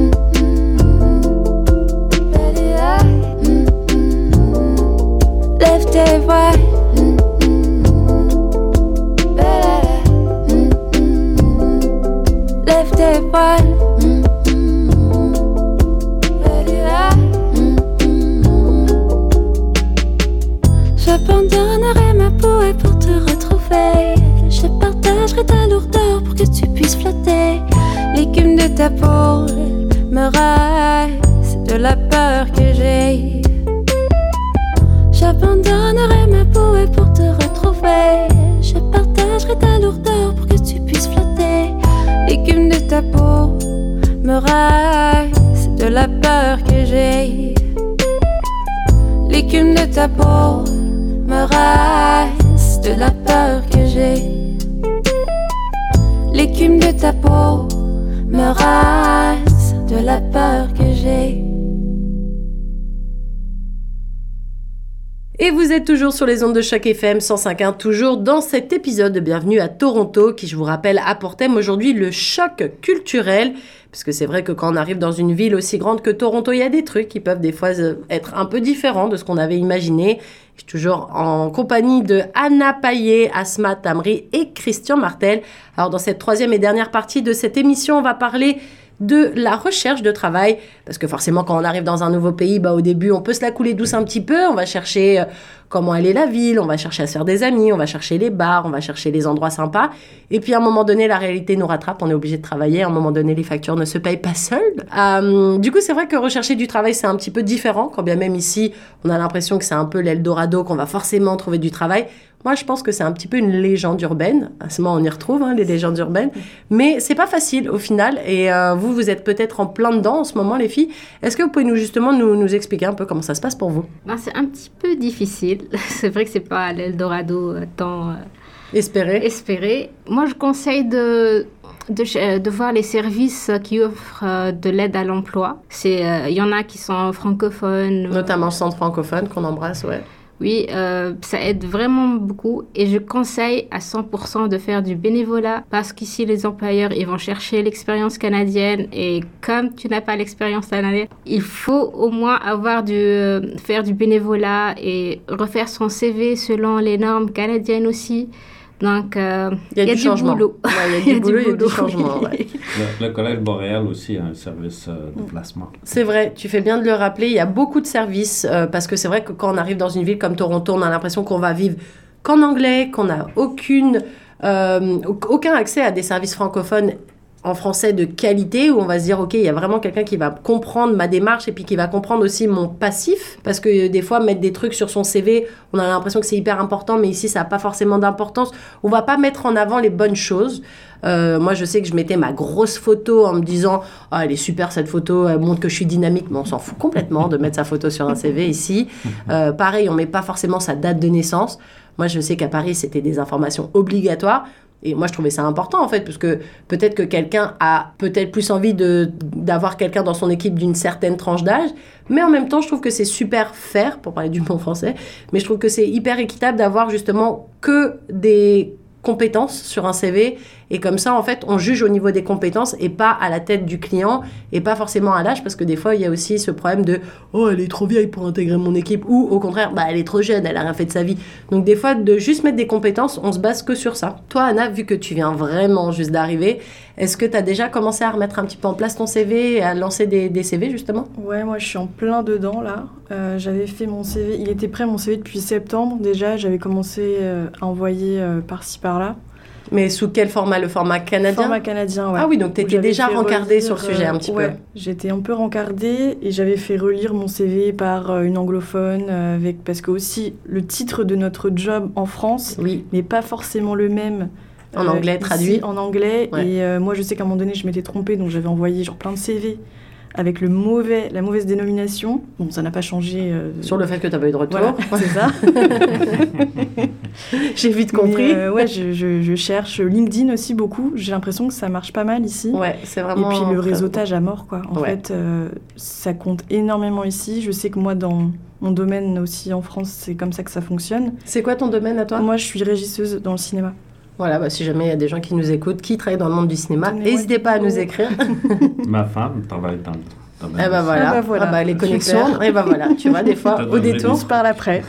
[SPEAKER 8] Lève tes voiles. Lève tes voiles. J'abandonnerai ma peau et pour te retrouver, je partagerai ta lourdeur pour que tu puisses flotter. L'écume de ta peau me raille, c'est de la peur que j'ai. J'abandonnerai ma peau et pour te retrouver, je partagerai ta lourdeur pour que tu puisses flotter. L'écume de ta peau me raille, c'est de la peur que j'ai. L'écume de ta peau me raille, c'est de la peur que j'ai. L'écume de ta peau me rase de la peur que j'ai.
[SPEAKER 3] Et vous êtes toujours sur les ondes de Choc FM 105.1, toujours dans cet épisode de Bienvenue à Toronto, qui, je vous rappelle, a pour thème aujourd'hui le choc culturel. Parce que c'est vrai que quand on arrive dans une ville aussi grande que Toronto, il y a des trucs qui peuvent des fois être un peu différents de ce qu'on avait imaginé. Je suis toujours en compagnie de Anna Paillet, Asma Tamri et Christian Martel. Alors dans cette troisième et dernière partie de cette émission, on va parler de la recherche de travail, parce que forcément quand on arrive dans un nouveau pays, au début on peut se la couler douce un petit peu, on va chercher comment elle est la ville, on va chercher à se faire des amis, on va chercher les bars, on va chercher les endroits sympas, et puis à un moment donné la réalité nous rattrape, on est obligé de travailler, à un moment donné les factures ne se payent pas seules. Du coup c'est vrai que rechercher du travail c'est un petit peu différent, quand bien même ici on a l'impression que c'est un peu l'Eldorado, qu'on va forcément trouver du travail. Moi, je pense que c'est un petit peu une légende urbaine. À ce moment, on y retrouve, les légendes urbaines. Mais c'est pas facile, au final. Et vous êtes peut-être en plein dedans en ce moment, les filles. Est-ce que vous pouvez nous expliquer un peu comment ça se passe pour vous?
[SPEAKER 5] C'est un petit peu difficile. C'est vrai que c'est pas l'Eldorado tant espéré. Moi, je conseille de voir les services qui offrent de l'aide à l'emploi. Il y en a qui sont francophones.
[SPEAKER 3] Notamment le centre francophone qu'on embrasse, ouais.
[SPEAKER 5] Oui, ça aide vraiment beaucoup et je conseille à 100% de faire du bénévolat parce qu'ici, les employeurs, ils vont chercher l'expérience canadienne et comme tu n'as pas l'expérience canadienne, il faut au moins faire du bénévolat et refaire son CV selon les normes canadiennes aussi. Donc, il y a du boulot.
[SPEAKER 3] Ouais, il y a du boulot, il y a du changement. Ouais.
[SPEAKER 4] Le Collège Boréal aussi a un service de placement.
[SPEAKER 3] C'est vrai, tu fais bien de le rappeler. Il y a beaucoup de services parce que c'est vrai que quand on arrive dans une ville comme Toronto, on a l'impression qu'on va vivre qu'en anglais, qu'on n'a aucun accès à des services francophones en français de qualité, où on va se dire, OK, il y a vraiment quelqu'un qui va comprendre ma démarche et puis qui va comprendre aussi mon passif. Parce que des fois, mettre des trucs sur son CV, on a l'impression que c'est hyper important, mais ici, ça n'a pas forcément d'importance. On va pas mettre en avant les bonnes choses. Moi, je sais que je mettais ma grosse photo en me disant « Ah, elle est super cette photo, elle montre que je suis dynamique. » Mais on s'en fout complètement de mettre sa photo sur un CV ici. Pareil, on met pas forcément sa date de naissance. Moi, je sais qu'à Paris, c'était des informations obligatoires. Et moi, je trouvais ça important, en fait, parce que peut-être que quelqu'un a peut-être plus envie d'avoir quelqu'un dans son équipe d'une certaine tranche d'âge, mais en même temps, je trouve que c'est super fair, pour parler du bon français, mais je trouve que c'est hyper équitable d'avoir justement que des compétences sur un CV, et comme ça, en fait, on juge au niveau des compétences et pas à la tête du client et pas forcément à l'âge, parce que des fois, il y a aussi ce problème de « Oh, elle est trop vieille pour intégrer mon équipe » ou au contraire, « Bah, elle est trop jeune, elle a rien fait de sa vie. » Donc, des fois, de juste mettre des compétences, on se base que sur ça. Toi, Anna, vu que tu viens vraiment juste d'arriver, est-ce que tu as déjà commencé à remettre un petit peu en place ton CV et à lancer des CV, justement?
[SPEAKER 2] Ouais, moi, je suis en plein dedans, là. J'avais fait mon CV, il était prêt, mon CV, depuis septembre. Déjà, j'avais commencé à envoyer par-ci, par-là.
[SPEAKER 3] Mais sous quel format? Le format canadien?
[SPEAKER 2] Format canadien, ouais.
[SPEAKER 3] Ah oui, donc tu étais déjà rencardée sur le sujet un petit peu.
[SPEAKER 2] Ouais, j'étais un peu rencardée et j'avais fait relire mon CV par une anglophone, parce que aussi le titre de notre job en France n'est pas forcément le même.
[SPEAKER 3] En anglais, traduit.
[SPEAKER 2] En anglais,
[SPEAKER 3] ouais.
[SPEAKER 2] Et moi je sais qu'à un moment donné je m'étais trompée, donc j'avais envoyé genre plein de CV avec la mauvaise dénomination. Bon, ça n'a pas changé.
[SPEAKER 3] Sur le fait que tu n'as pas eu de retour.
[SPEAKER 2] Voilà, c'est ça.
[SPEAKER 3] J'ai vite compris.
[SPEAKER 2] Mais, ouais, je cherche LinkedIn aussi beaucoup. J'ai l'impression que ça marche pas mal ici.
[SPEAKER 3] Ouais, c'est vraiment.
[SPEAKER 2] Et puis le réseautage à mort, quoi. En fait, ça compte énormément ici. Je sais que moi, dans mon domaine aussi en France, c'est comme ça que ça fonctionne.
[SPEAKER 3] C'est quoi ton domaine à toi?
[SPEAKER 2] Moi, je suis régisseuse dans le cinéma.
[SPEAKER 3] Voilà, bah, si jamais il y a des gens qui nous écoutent, qui travaillent dans le monde du cinéma, n'hésitez pas à nous écrire.
[SPEAKER 4] Ma femme travaille dans le domaine.
[SPEAKER 3] Eh ben voilà,
[SPEAKER 2] voilà.
[SPEAKER 3] Ah bah, les connexions, et ben voilà, tu vois, des fois, au détour.
[SPEAKER 2] On se parle après.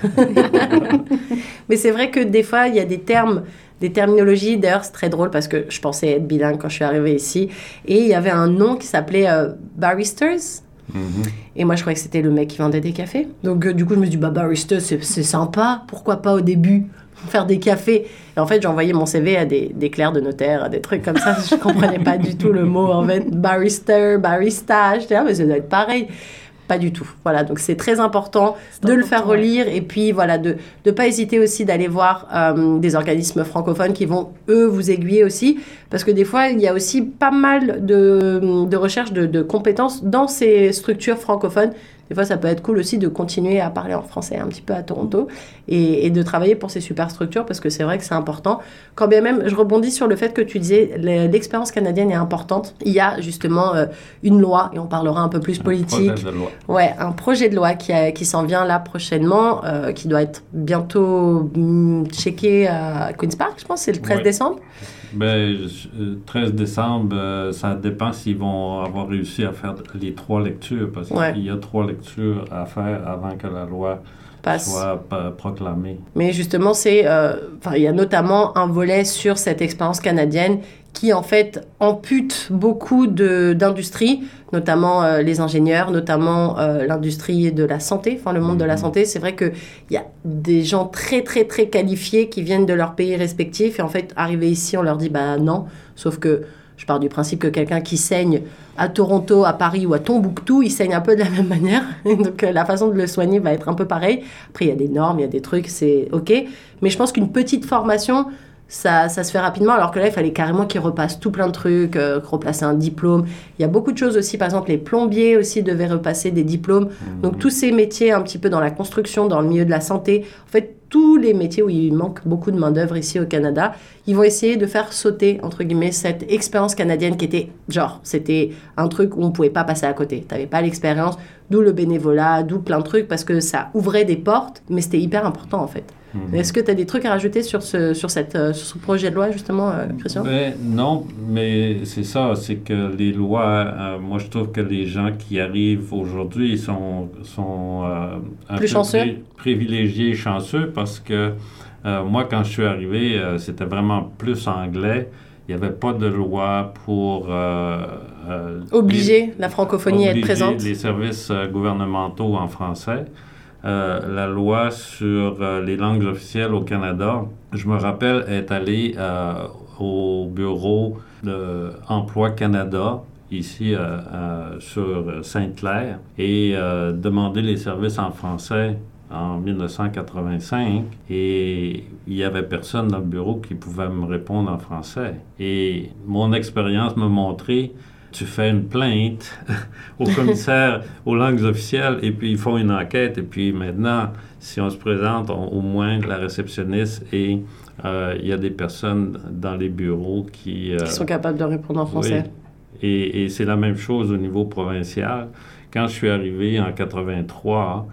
[SPEAKER 3] Mais c'est vrai que des fois, il y a des termes, des terminologies. D'ailleurs, c'est très drôle parce que je pensais être bilingue quand je suis arrivée ici. Et il y avait un nom qui s'appelait Baristers. Mm-hmm. Et moi, je croyais que c'était le mec qui vendait des cafés. Donc, du coup, je me suis dit, Baristers, c'est sympa. Pourquoi pas au début faire des cafés? Et en fait, j'ai envoyé mon CV à des clercs de notaire, à des trucs comme ça. Je comprenais pas du tout le mot, en fait. Barista. J'étais mais ça doit être pareil. Pas du tout. Voilà, donc c'est très important le faire relire et puis voilà, de pas hésiter aussi d'aller voir des organismes francophones qui vont, eux, vous aiguiller aussi. Parce que des fois, il y a aussi pas mal de recherches de compétences dans ces structures francophones. Des fois, ça peut être cool aussi de continuer à parler en français un petit peu à Toronto et de travailler pour ces super structures parce que c'est vrai que c'est important. Quand bien même, je rebondis sur le fait que tu disais l'expérience canadienne est importante. Il y a justement une loi, et on parlera un peu plus politique.
[SPEAKER 4] Un projet de loi.
[SPEAKER 3] Ouais, un projet de loi qui s'en vient là prochainement, qui doit être bientôt checké à Queen's Park, je pense, c'est le 13 décembre.
[SPEAKER 4] Ben, 13 décembre, ça dépend s'ils vont avoir réussi à faire les 3 lectures, parce qu'il y a 3 lectures à faire avant que la loi soit proclamée.
[SPEAKER 3] Mais justement, il y a notamment un volet sur cette expérience canadienne qui, en fait, ampute beaucoup d'industries, notamment les ingénieurs, notamment l'industrie de la santé, le monde de la santé. C'est vrai qu'il y a des gens très, très, très qualifiés qui viennent de leur pays respectif. Et en fait, arrivés ici, on leur dit, non. Sauf que je pars du principe que quelqu'un qui saigne à Toronto, à Paris ou à Tombouctou, il saigne un peu de la même manière. Donc, la façon de le soigner va être un peu pareille. Après, il y a des normes, il y a des trucs, c'est OK. Mais je pense qu'une petite formation, ça se fait rapidement, alors que là, il fallait carrément qu'ils repassent tout plein de trucs, replacer un diplôme. Il y a beaucoup de choses aussi, par exemple, les plombiers aussi devaient repasser des diplômes. Donc, tous ces métiers un petit peu dans la construction, dans le milieu de la santé, en fait, tous les métiers où il manque beaucoup de main-d'œuvre ici au Canada, ils vont essayer de faire sauter, entre guillemets, cette expérience canadienne qui était, c'était un truc où on ne pouvait pas passer à côté. Tu n'avais pas l'expérience, d'où le bénévolat, d'où plein de trucs, parce que ça ouvrait des portes, mais c'était hyper important, en fait. Est-ce que tu as des trucs à rajouter sur ce projet de loi, justement, Christian?
[SPEAKER 4] Non, mais c'est ça, c'est que les lois, moi je trouve que les gens qui arrivent aujourd'hui sont un
[SPEAKER 3] plus chanceux,
[SPEAKER 4] privilégiés, chanceux, parce que moi quand je suis arrivé, c'était vraiment plus anglais. Il n'y avait pas de loi pour
[SPEAKER 3] obliger la francophonie à être présente.
[SPEAKER 4] Les services gouvernementaux en français. La loi sur les langues officielles au Canada, je me rappelle être allé au bureau de Emploi Canada, ici sur Sainte-Claire, et demander les services en français en 1985, et il n'y avait personne dans le bureau qui pouvait me répondre en français. Et mon expérience m'a montré: tu fais une plainte au commissaire aux langues officielles et puis ils font une enquête. Et puis maintenant, si on se présente, au moins la réceptionniste et il y a des personnes dans les bureaux qui
[SPEAKER 3] sont capables de répondre en français.
[SPEAKER 4] Oui. Et c'est la même chose au niveau provincial. Quand je suis arrivé en 83,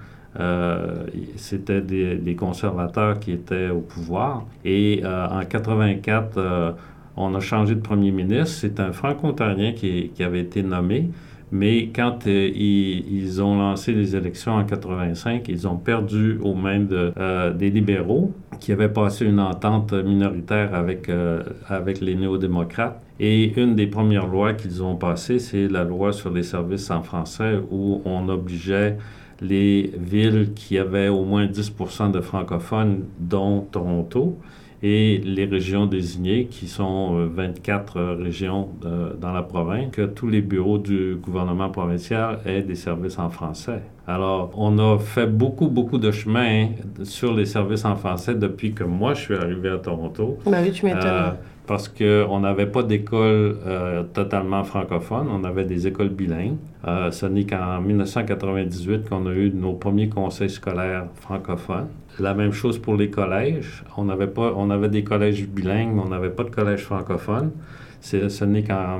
[SPEAKER 4] c'était des conservateurs qui étaient au pouvoir. Et en 84... on a changé de premier ministre. C'est un franco-ontarien qui avait été nommé. Mais quand ils ont lancé les élections en 85, ils ont perdu aux mains des libéraux qui avaient passé une entente minoritaire avec les néo-démocrates. Et une des premières lois qu'ils ont passées, c'est la loi sur les services en français où on obligeait les villes qui avaient au moins 10% de francophones, dont Toronto, et les régions désignées, qui sont 24 régions dans la province, que tous les bureaux du gouvernement provincial aient des services en français. Alors, on a fait beaucoup de chemin sur les services en français depuis que moi, je suis arrivé à Toronto.
[SPEAKER 3] Ben oui, tu m'étonnes.
[SPEAKER 4] Parce qu'on n'avait pas d'école totalement francophone, on avait des écoles bilingues. Ce n'est qu'en 1998 qu'on a eu nos premiers conseils scolaires francophones. La même chose pour les collèges. On avait des collèges bilingues, mais on n'avait pas de collège francophone. Ce n'est qu'en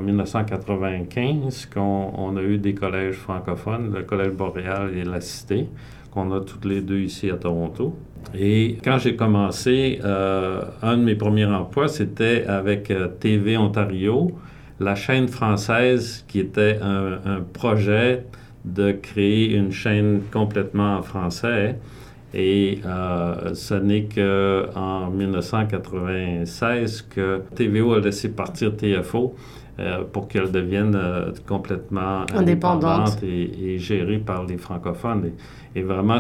[SPEAKER 4] 1995 qu'on a eu des collèges francophones, le Collège Boréal et la Cité, qu'on a toutes les deux ici à Toronto. Et quand j'ai commencé, un de mes premiers emplois, c'était avec TV Ontario, la chaîne française qui était un projet de créer une chaîne complètement en français. Et ce n'est qu'en 1996 que TVO a laissé partir TFO pour qu'elle devienne complètement indépendante et gérée par les francophones. Et vraiment,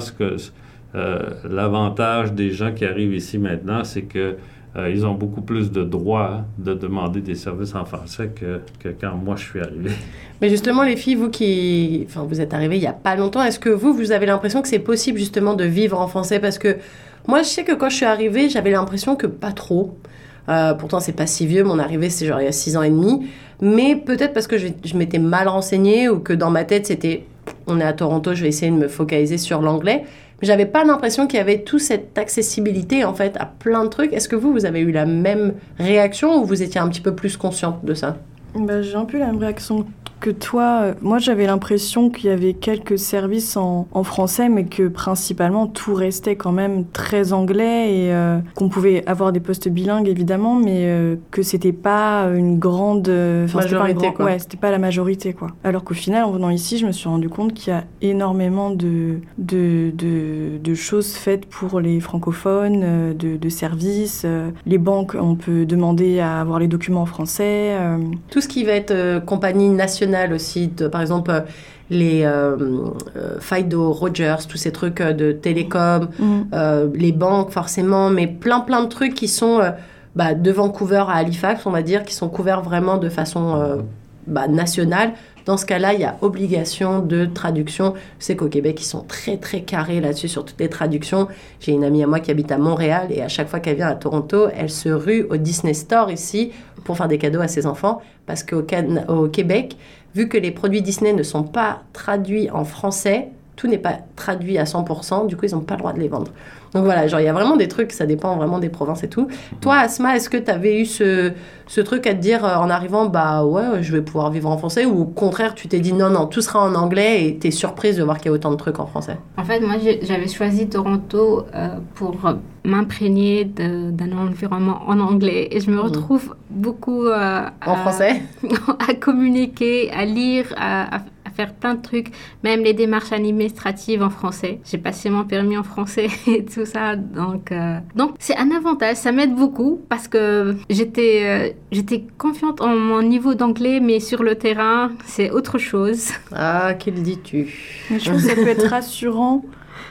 [SPEAKER 4] l'avantage des gens qui arrivent ici maintenant, c'est que ils ont beaucoup plus de droits de demander des services en français que quand moi je suis arrivé.
[SPEAKER 3] Mais justement, les filles, vous êtes arrivées il n'y a pas longtemps, est-ce que vous avez l'impression que c'est possible justement de vivre en français? Parce que moi, je sais que quand je suis arrivée, j'avais l'impression que pas trop. Pourtant, c'est pas si vieux, mon arrivée, c'est genre il y a 6 ans et demi. Mais peut-être parce que je m'étais mal renseignée ou que dans ma tête, c'était on est à Toronto, je vais essayer de me focaliser sur l'anglais. Mais j'avais pas l'impression qu'il y avait toute cette accessibilité, en fait, à plein de trucs. Est-ce que vous avez eu la même réaction ou vous étiez un petit peu plus consciente de ça?
[SPEAKER 2] J'ai un peu la même réaction que toi. Moi, j'avais l'impression qu'il y avait quelques services en français, mais que principalement, tout restait quand même très anglais et qu'on pouvait avoir des postes bilingues, évidemment, mais que c'était pas une grande...
[SPEAKER 3] majorité, quoi.
[SPEAKER 2] Ouais, c'était pas la majorité, quoi. Alors qu'au final, en venant ici, je me suis rendu compte qu'il y a énormément de choses faites pour les francophones, de services. Les banques, on peut demander à avoir les documents en français.
[SPEAKER 3] Tout ce qui va être compagnie nationale aussi, par exemple les Fido, Rogers, tous ces trucs de télécom, les banques forcément, mais plein de trucs qui sont de Vancouver à Halifax, on va dire, qui sont couverts vraiment de façon nationale. Dans ce cas-là, il y a obligation de traduction. Je sais qu'au Québec, ils sont très, très carrés là-dessus sur toutes les traductions. J'ai une amie à moi qui habite à Montréal et à chaque fois qu'elle vient à Toronto, elle se rue au Disney Store ici pour faire des cadeaux à ses enfants parce qu'au Québec, vu que les produits Disney ne sont pas traduits en français, tout n'est pas traduit à 100%, du coup, ils n'ont pas le droit de les vendre. Donc voilà, genre, il y a vraiment des trucs, ça dépend vraiment des provinces et tout. Toi, Asma, est-ce que tu avais eu ce truc à te dire en arrivant, bah ouais, je vais pouvoir vivre en français, ou au contraire, tu t'es dit non, tout sera en anglais et t'es surprise de voir qu'il y a autant de trucs en français?
[SPEAKER 5] En fait, moi, j'avais choisi Toronto pour m'imprégner d'un environnement en anglais. Et je me retrouve beaucoup
[SPEAKER 3] en français
[SPEAKER 5] à communiquer, à lire, à faire plein de trucs, même les démarches administratives en français. J'ai passé mon permis en français et tout ça. Donc c'est un avantage, ça m'aide beaucoup parce que j'étais confiante en mon niveau d'anglais, mais sur le terrain, c'est autre chose.
[SPEAKER 3] Ah, qu'il dis-tu?
[SPEAKER 2] Mais je trouve que ça peut être rassurant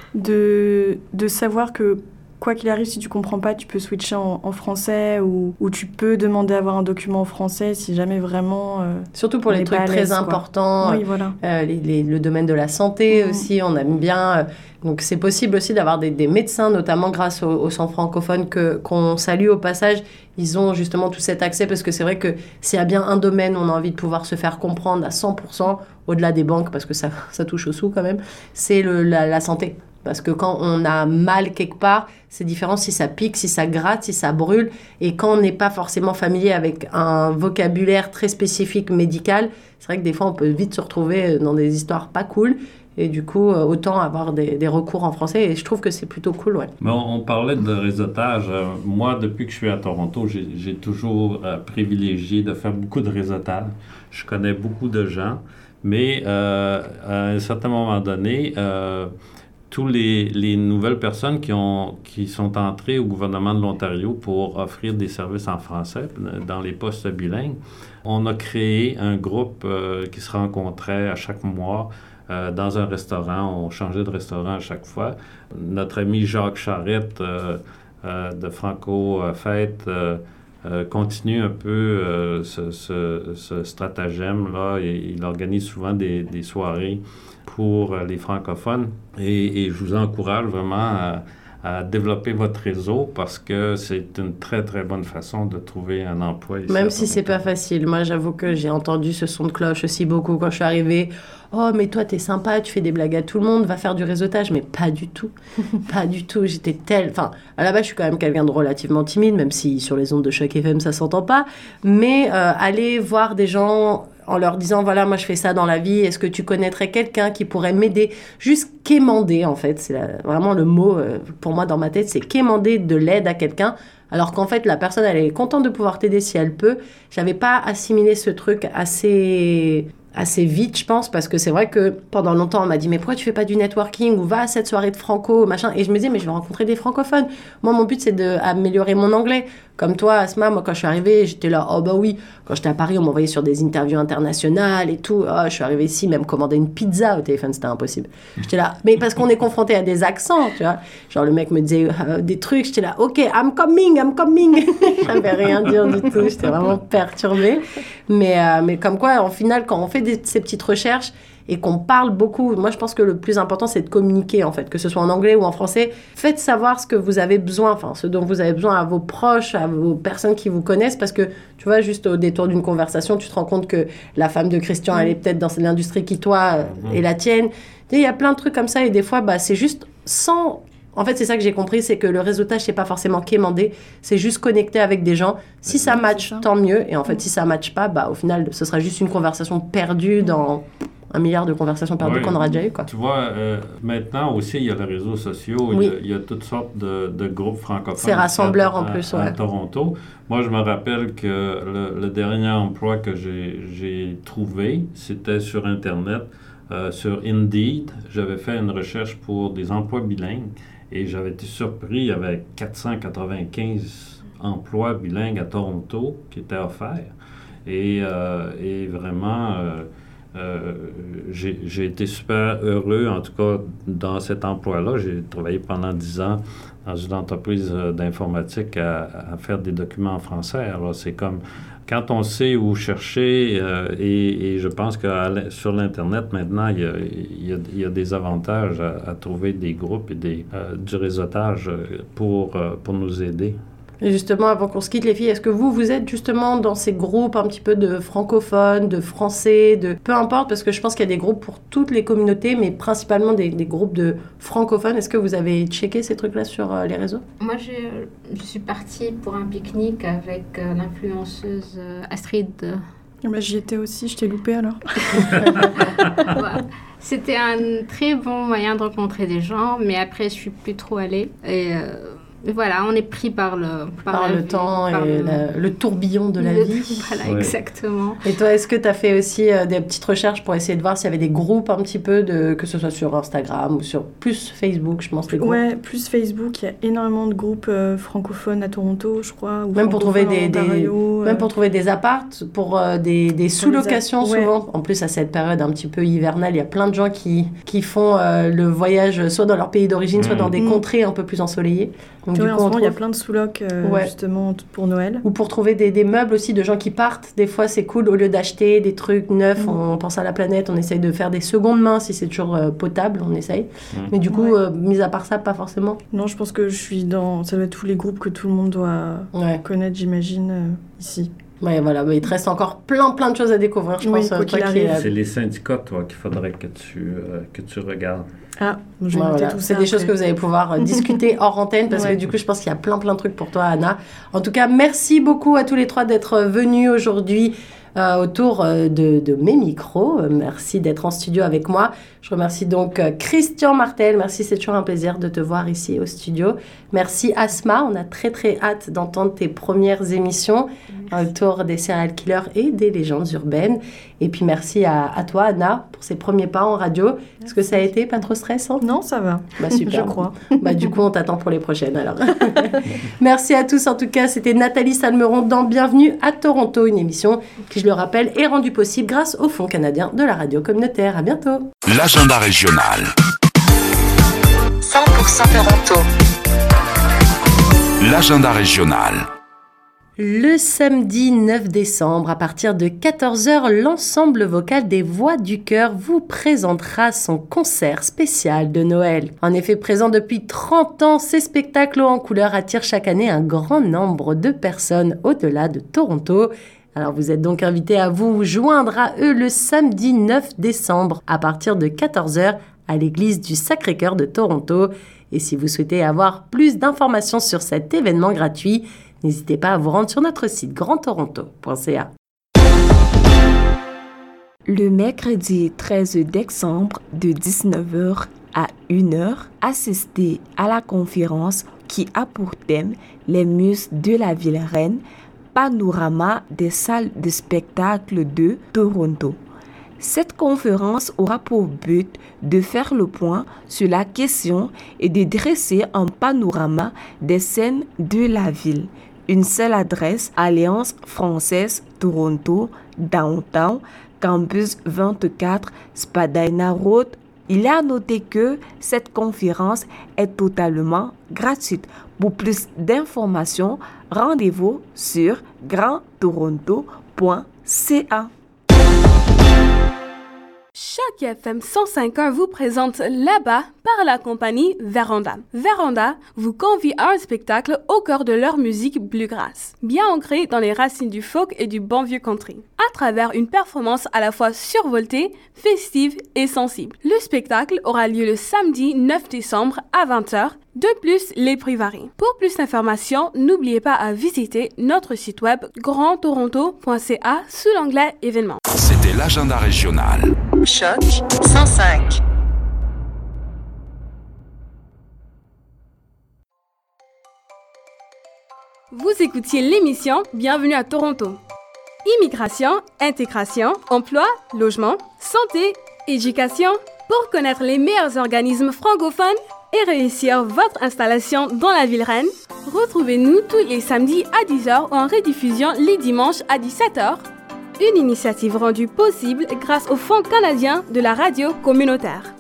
[SPEAKER 2] de savoir que quoi qu'il arrive, si tu comprends pas, tu peux switcher en français ou tu peux demander à avoir un document en français si jamais vraiment...
[SPEAKER 3] Surtout pour les trucs très importants,
[SPEAKER 2] oui, voilà.
[SPEAKER 3] Le domaine de la santé aussi, on aime bien. Donc c'est possible aussi d'avoir des médecins, notamment grâce aux centres francophones qu'on salue au passage. Ils ont justement tout cet accès parce que c'est vrai que s'il y a bien un domaine où on a envie de pouvoir se faire comprendre à 100%, au-delà des banques, parce que ça touche aux sous quand même, c'est la santé. Parce que quand on a mal quelque part, c'est différent si ça pique, si ça gratte, si ça brûle. Et quand on n'est pas forcément familier avec un vocabulaire très spécifique médical, c'est vrai que des fois, on peut vite se retrouver dans des histoires pas cool. Et du coup, autant avoir des recours en français. Et je trouve que c'est plutôt cool, ouais.
[SPEAKER 4] Mais on parlait de réseautage. Moi, depuis que je suis à Toronto, j'ai toujours privilégié de faire beaucoup de réseautage. Je connais beaucoup de gens. Mais à un certain moment donné... tous les nouvelles personnes qui sont entrées au gouvernement de l'Ontario pour offrir des services en français dans les postes bilingues, on a créé un groupe qui se rencontrait à chaque mois dans un restaurant. On changeait de restaurant à chaque fois. Notre ami Jacques Charette de Franco Fête continue un peu ce stratagème-là. Il organise souvent des soirées pour les francophones et je vous encourage vraiment à développer votre réseau parce que c'est une très, très bonne façon de trouver un emploi ici.
[SPEAKER 3] Même si c'est pas facile. Moi, j'avoue que j'ai entendu ce son de cloche aussi beaucoup quand je suis arrivée. Oh, mais toi, t'es sympa, tu fais des blagues à tout le monde, va faire du réseautage. Mais pas du tout. Pas du tout. Enfin, à la base, je suis quand même quelqu'un de relativement timide, même si sur les ondes de Choc FM, ça s'entend pas. Mais aller voir des gens en leur disant, voilà, moi, je fais ça dans la vie. Est-ce que tu connaîtrais quelqu'un qui pourrait m'aider? Juste quémander, en fait. C'est vraiment le mot, pour moi, dans ma tête, c'est quémander de l'aide à quelqu'un. Alors qu'en fait, la personne, elle est contente de pouvoir t'aider si elle peut. J'avais pas assimilé ce truc assez vite, je pense, parce que c'est vrai que pendant longtemps, on m'a dit, mais pourquoi tu fais pas du networking ou va à cette soirée de franco, machin. Et je me disais, mais je vais rencontrer des francophones. Moi, mon but, c'est d'améliorer mon anglais. Comme toi, Asma, moi, quand je suis arrivée, j'étais là, oh bah oui, quand j'étais à Paris, on m'envoyait sur des interviews internationales et tout. Oh, je suis arrivée ici, même commander une pizza au téléphone, c'était impossible. J'étais là, mais parce qu'on est confronté à des accents, tu vois. Genre, le mec me disait des trucs, j'étais là, ok, I'm coming. Je savais rien dire du tout, j'étais vraiment perturbée. Mais comme quoi, en final, quand on fait ces petites recherches, et qu'on parle beaucoup. Moi, je pense que le plus important, c'est de communiquer, en fait, que ce soit en anglais ou en français. Faites savoir ce que vous avez besoin, enfin, ce dont vous avez besoin à vos proches, à vos personnes qui vous connaissent, parce que, tu vois, juste au détour d'une conversation, tu te rends compte que la femme de Christian, elle est peut-être dans l'industrie qui, toi, est la tienne. Il y a plein de trucs comme ça, et des fois, c'est juste sans... En fait, c'est ça que j'ai compris, c'est que le réseautage, c'est pas forcément quémander, c'est juste connecter avec des gens. Si ça match, tant mieux. Et en fait, si ça match pas, au final, ce sera juste une conversation perdue dans... 1 milliard de conversations perdues qu'on aura déjà eu, quoi.
[SPEAKER 4] Tu vois, maintenant aussi, il y a les réseaux sociaux,
[SPEAKER 3] oui.
[SPEAKER 4] il y a toutes sortes de groupes francophones.
[SPEAKER 3] C'est rassembleur en plus,
[SPEAKER 4] à Toronto. Moi, je me rappelle que le dernier emploi que j'ai trouvé, c'était sur Internet, sur Indeed. J'avais fait une recherche pour des emplois bilingues et j'avais été surpris, il y avait 495 emplois bilingues à Toronto qui étaient offerts. Et vraiment... j'ai été super heureux, en tout cas, dans cet emploi-là. J'ai travaillé pendant 10 ans dans une entreprise d'informatique à faire des documents en français. Alors, c'est comme... Quand on sait où chercher, et je pense que sur l'Internet, maintenant, il y a des avantages à trouver des groupes et du réseautage pour nous aider.
[SPEAKER 3] Et justement, avant qu'on se quitte, les filles, est-ce que vous êtes justement dans ces groupes un petit peu de francophones, de français, de peu importe, parce que je pense qu'il y a des groupes pour toutes les communautés, mais principalement des groupes de francophones. Est-ce que vous avez checké ces trucs-là sur les réseaux?
[SPEAKER 5] Moi, je suis partie pour un pique-nique avec l'influenceuse Astrid.
[SPEAKER 2] J'y étais aussi, je t'ai loupé alors.
[SPEAKER 5] Ouais. C'était un très bon moyen de rencontrer des gens, mais après, je suis plus trop allée. Et voilà, on est pris par le
[SPEAKER 3] temps et le tourbillon de la vie.
[SPEAKER 5] Voilà, exactement.
[SPEAKER 3] Et toi, est-ce que tu as fait aussi des petites recherches pour essayer de voir s'il y avait des groupes un petit peu, que ce soit sur Instagram ou sur plus Facebook, je pense, les groupes?
[SPEAKER 2] Ouais, plus Facebook, il y a énormément de groupes francophones à Toronto, je crois. Ou
[SPEAKER 3] même pour trouver même pour trouver des appartes, pour des sous-locations souvent. En plus, à cette période un petit peu hivernale, il y a plein de gens qui font le voyage soit dans leur pays d'origine, soit dans des contrées un peu plus ensoleillées. Donc,
[SPEAKER 2] en ce moment, il y a plein de sous-locs justement pour Noël.
[SPEAKER 3] Ou pour trouver des meubles aussi de gens qui partent. Des fois, c'est cool, au lieu d'acheter des trucs neufs, on pense à la planète, on essaye de faire des secondes mains si c'est toujours potable, on essaye. Mais du coup, mis à part ça, pas forcément.
[SPEAKER 2] Non, je pense que je suis ça doit être tous les groupes que tout le monde doit connaître, j'imagine, ici.
[SPEAKER 3] Ouais, voilà, mais il te reste encore plein de choses à découvrir, je pense.
[SPEAKER 4] C'est les syndicats, toi, qu'il faudrait que tu regardes.
[SPEAKER 2] Ah, je vais noter tout ça.
[SPEAKER 3] C'est des choses que vous allez pouvoir discuter hors antenne, parce que du coup, je pense qu'il y a plein de trucs pour toi, Anna. En tout cas, merci beaucoup à tous les trois d'être venus aujourd'hui autour de mes micros. Merci d'être en studio avec moi. Je remercie donc Christian Martel. Merci, c'est toujours un plaisir de te voir ici au studio. Merci Asma, on a très hâte d'entendre tes premières émissions autour des serial killers et des légendes urbaines. Et puis merci à toi Anna pour ces premiers pas en radio. Est-ce que ça a été pas trop stressant?
[SPEAKER 2] Non, ça va.
[SPEAKER 3] Super.
[SPEAKER 2] Je crois.
[SPEAKER 3] Du coup, on t'attend pour les prochaines alors. Merci à tous. En tout cas, c'était Nathalie Salmeron dans Bienvenue à Toronto, une émission qui, je le rappelle, est rendue possible grâce au Fonds canadien de la radio communautaire. À bientôt.
[SPEAKER 9] L'agenda régional.
[SPEAKER 10] 100% Toronto.
[SPEAKER 9] L'agenda régional.
[SPEAKER 3] Le samedi 9 décembre, à partir de 14h, l'ensemble vocal des Voix du Cœur vous présentera son concert spécial de Noël. En effet, présent depuis 30 ans, ces spectacles haut en couleur attirent chaque année un grand nombre de personnes au-delà de Toronto. Alors vous êtes donc invités à vous joindre à eux le samedi 9 décembre à partir de 14h à l'église du Sacré-Cœur de Toronto. Et si vous souhaitez avoir plus d'informations sur cet événement gratuit, n'hésitez pas à vous rendre sur notre site grandtoronto.ca.
[SPEAKER 11] Le mercredi 13 décembre de 19h à 1h, assistez à la conférence qui a pour thème les muses de la ville reine, panorama des salles de spectacle de Toronto. Cette conférence aura pour but de faire le point sur la question et de dresser un panorama des scènes de la ville. Une seule adresse, Alliance française Toronto, Downtown, Campus 24, Spadina Road. Il est à noter que cette conférence est totalement gratuite. Pour plus d'informations, rendez-vous sur grandtoronto.ca.
[SPEAKER 1] Choc FM 105.1 vous présente Là-bas par la compagnie Véranda. Véranda vous convie à un spectacle au cœur de leur musique bluegrass, bien ancrée dans les racines du folk et du bon vieux country, à travers une performance à la fois survoltée, festive et sensible. Le spectacle aura lieu le samedi 9 décembre à 20h. De plus, les prix varient. Pour plus d'informations, n'oubliez pas à visiter notre site web grandtoronto.ca sous l'onglet événements.
[SPEAKER 9] C'était l'agenda régional.
[SPEAKER 10] Choc 105.
[SPEAKER 1] Vous écoutiez l'émission Bienvenue à Toronto. Immigration, intégration, emploi, logement, santé, éducation. Pour connaître les meilleurs organismes francophones et réussir votre installation dans la ville reine, retrouvez-nous tous les samedis à 10h ou en rediffusion les dimanches à 17h. Une initiative rendue possible grâce au Fonds canadien de la radio communautaire.